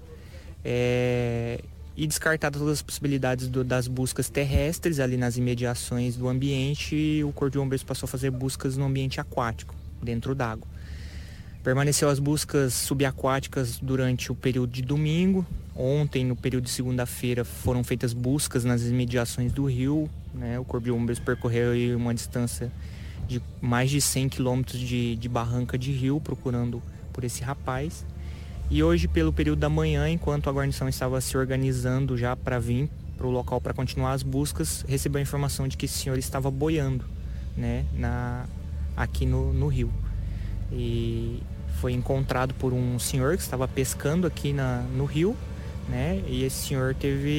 e descartadas todas as possibilidades das buscas terrestres ali nas imediações do ambiente, o Corpo de Bombeiros passou a fazer buscas no ambiente aquático, dentro d'água. Permaneceu as buscas subaquáticas durante o período de domingo. Ontem, no período de segunda-feira, foram feitas buscas nas imediações do rio, né? O Corpo de Bombeiros percorreu aí uma distância de mais de 100 quilômetros de barranca de rio, procurando por esse rapaz. E hoje, pelo período da manhã, enquanto a guarnição estava se organizando já para vir para o local para continuar as buscas, recebeu a informação de que esse senhor estava boiando, né, aqui no rio. E foi encontrado por um senhor que estava pescando aqui no rio, né, e esse senhor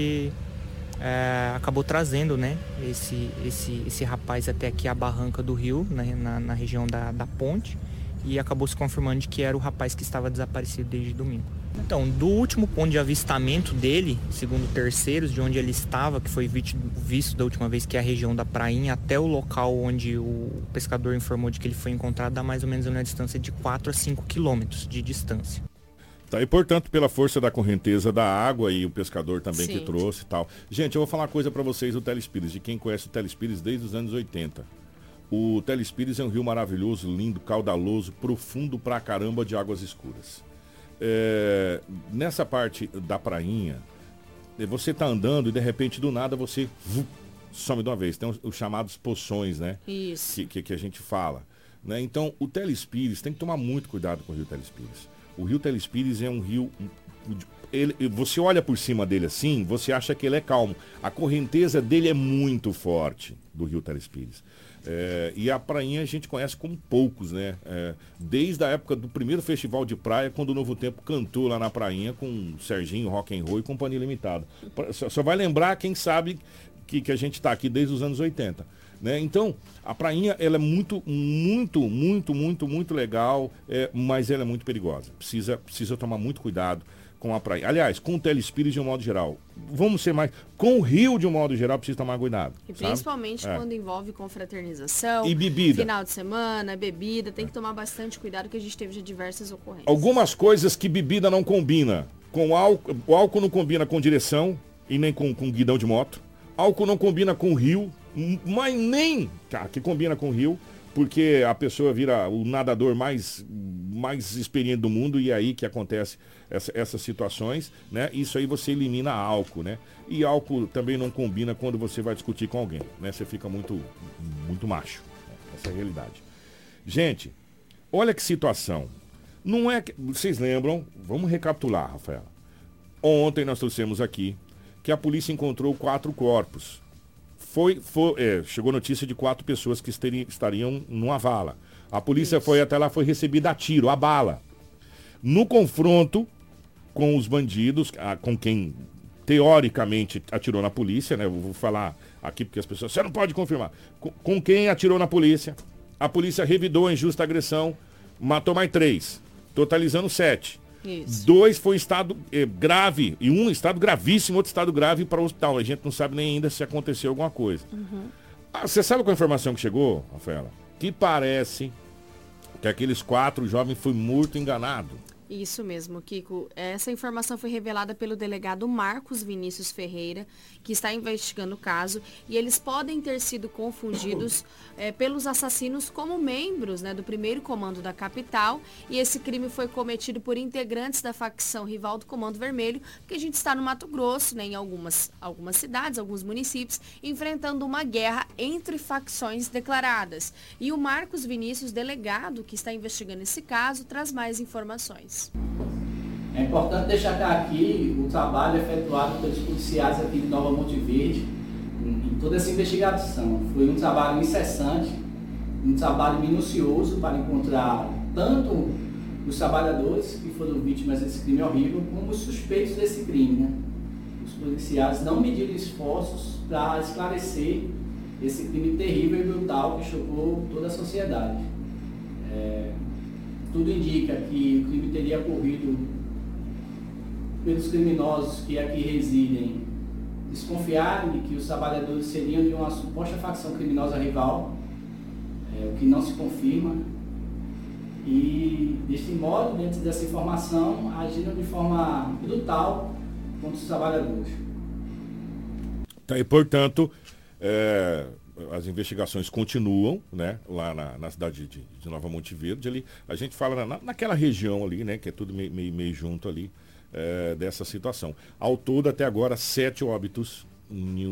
acabou trazendo, né, esse rapaz até aqui a barranca do rio, na região da ponte, e acabou se confirmando de que era o rapaz que estava desaparecido desde domingo. Então, do último ponto de avistamento dele, segundo terceiros, de onde ele estava, que foi visto da última vez, que é a região da prainha, até o local onde o pescador informou de que ele foi encontrado, dá mais ou menos uma distância de 4 a 5 quilômetros de distância. Tá, e portanto, pela força da correnteza da água e o pescador também que trouxe e tal. Gente, eu vou falar uma coisa para vocês do Telespires, de quem conhece o Telespires desde os anos 80. O Telespires é um rio maravilhoso, lindo, caudaloso, profundo pra caramba, de águas escuras. Nessa parte da prainha, você tá andando e de repente do nada você some de uma vez. Tem os chamados poções, né? Isso. Que a gente fala. Né? Então o Telespires tem que tomar muito cuidado com o rio Telespires. O rio Telespires é um rio... você olha por cima dele assim, você acha que ele é calmo. A correnteza dele é muito forte, do rio Telespires. E a prainha a gente conhece como poucos, né? Desde a época do primeiro festival de praia, quando o Novo Tempo cantou lá na prainha com Serginho, Rock and Roll e Companhia Limitada. Só vai lembrar quem sabe que a gente está aqui desde os anos 80. Né? Então, a prainha ela é muito, muito, muito, muito, muito legal, mas ela é muito perigosa. Precisa tomar muito cuidado com a praia. Aliás, com o Telespires de um modo geral. Vamos ser mais... Com o rio de um modo geral, precisa tomar cuidado. E principalmente quando envolve confraternização. E bebida. Final de semana, bebida. Tem que tomar bastante cuidado, que a gente teve já diversas ocorrências. Algumas coisas que bebida não combina. Com álcool, o álcool não combina com direção e nem com guidão de moto. Álcool não combina com rio, mas nem que combina com rio, porque a pessoa vira o nadador mais experiente do mundo, e é aí que acontece essas situações, né? Isso aí você elimina álcool, né? E álcool também não combina quando você vai discutir com alguém, né? Você fica muito, muito macho. Essa é a realidade. Gente, olha que situação. Não é que... Vocês lembram? Vamos recapitular, Rafaela. Ontem nós trouxemos aqui que a polícia encontrou 4 corpos. Chegou notícia de 4 pessoas que estariam numa vala. A polícia foi até lá, foi recebida a tiro, a bala. No confronto com os bandidos, com quem teoricamente atirou na polícia, né? Eu vou falar aqui porque as pessoas... Você não pode confirmar. Com quem atirou na polícia, a polícia revidou a injusta agressão, matou mais 3, totalizando 7. Isso. 2 foi em estado grave, e um em estado gravíssimo, outro estado grave para o hospital. A gente não sabe nem ainda se aconteceu alguma coisa. Você sabe qual a informação que chegou, Rafaela? Que parece que aqueles 4 jovens foi morto enganado. Isso mesmo, Kiko. Essa informação foi revelada pelo delegado Marcos Vinícius Ferreira, que está investigando o caso, e eles podem ter sido confundidos pelos assassinos como membros, né, do primeiro comando da capital, e esse crime foi cometido por integrantes da facção rival do Comando Vermelho, porque a gente está no Mato Grosso, né, em algumas cidades, alguns municípios, enfrentando uma guerra entre facções declaradas. E o Marcos Vinícius, delegado que está investigando esse caso, traz mais informações. É importante destacar aqui o trabalho efetuado pelos policiais aqui de Nova Monte Verde em toda essa investigação. Foi um trabalho incessante, um trabalho minucioso para encontrar tanto os trabalhadores que foram vítimas desse crime horrível, como os suspeitos desse crime, né? Os policiais não mediram esforços para esclarecer esse crime terrível e brutal que chocou toda a sociedade. Tudo indica que o crime teria ocorrido pelos criminosos que aqui residem desconfiarem de que os trabalhadores seriam de uma suposta facção criminosa rival, o que não se confirma, e deste modo, dentro dessa informação, agiram de forma brutal contra os trabalhadores. Tá, e portanto, as investigações continuam, né, lá na cidade de Nova Monte Verde. Ali, a gente fala naquela região ali, né, que é tudo meio junto ali, dessa situação. Ao todo, até agora, 7 óbitos em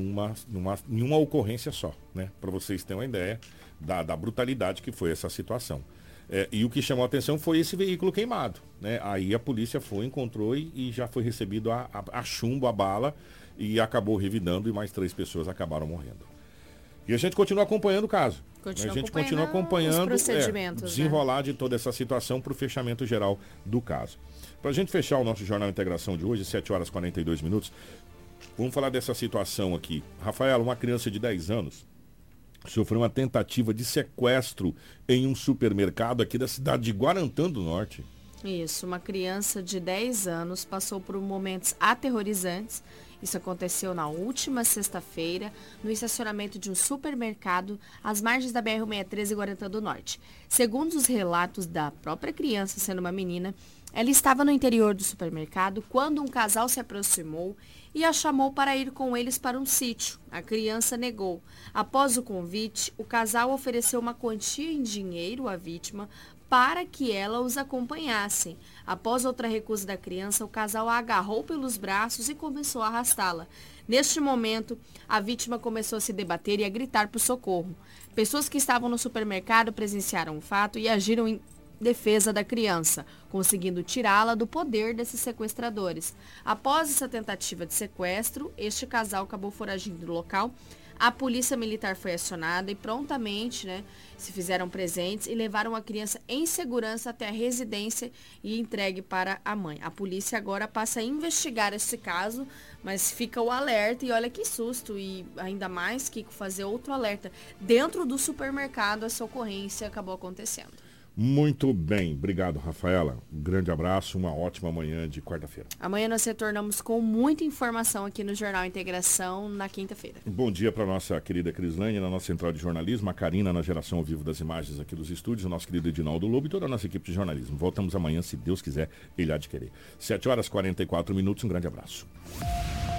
uma ocorrência só, né, para vocês terem uma ideia da brutalidade que foi essa situação. E o que chamou a atenção foi esse veículo queimado, né? Aí a polícia encontrou e já foi recebido a chumbo, a bala, e acabou revidando, e mais 3 pessoas acabaram morrendo. E a gente continua acompanhando o caso. A gente continua acompanhando os procedimentos, desenrolar, né, de toda essa situação para o fechamento geral do caso. Para a gente fechar o nosso Jornal Integração de hoje, 7 horas e 42 minutos, vamos falar dessa situação aqui. Rafaela, uma criança de 10 anos, sofreu uma tentativa de sequestro em um supermercado aqui da cidade de Guarantã do Norte. Isso, uma criança de 10 anos passou por momentos aterrorizantes. Isso aconteceu na última sexta-feira, no estacionamento de um supermercado às margens da BR-163 em Guarantã do Norte. Segundo os relatos da própria criança, sendo uma menina, ela estava no interior do supermercado quando um casal se aproximou e a chamou para ir com eles para um sítio. A criança negou. Após o convite, o casal ofereceu uma quantia em dinheiro à vítima para que ela os acompanhasse. Após outra recusa da criança, o casal a agarrou pelos braços e começou a arrastá-la. Neste momento, a vítima começou a se debater e a gritar por socorro. Pessoas que estavam no supermercado presenciaram o fato e agiram em defesa da criança, conseguindo tirá-la do poder desses sequestradores. Após essa tentativa de sequestro, este casal acabou foragindo do local. A polícia militar foi acionada e prontamente, né, se fizeram presentes e levaram a criança em segurança até a residência e entregue para a mãe. A polícia agora passa a investigar esse caso, mas fica o alerta e olha que susto, e ainda mais, Kiko, fazer outro alerta. Dentro do supermercado essa ocorrência acabou acontecendo. Muito bem, obrigado, Rafaela. Um grande abraço, uma ótima manhã de quarta-feira. Amanhã nós retornamos com muita informação aqui no Jornal Integração na quinta-feira. Bom dia para a nossa querida Crislane, na nossa central de jornalismo, a Karina na geração ao vivo das imagens aqui dos estúdios, o nosso querido Edinaldo Lobo e toda a nossa equipe de jornalismo. Voltamos amanhã, se Deus quiser, ele há de querer. 7 horas e 44 minutos, um grande abraço.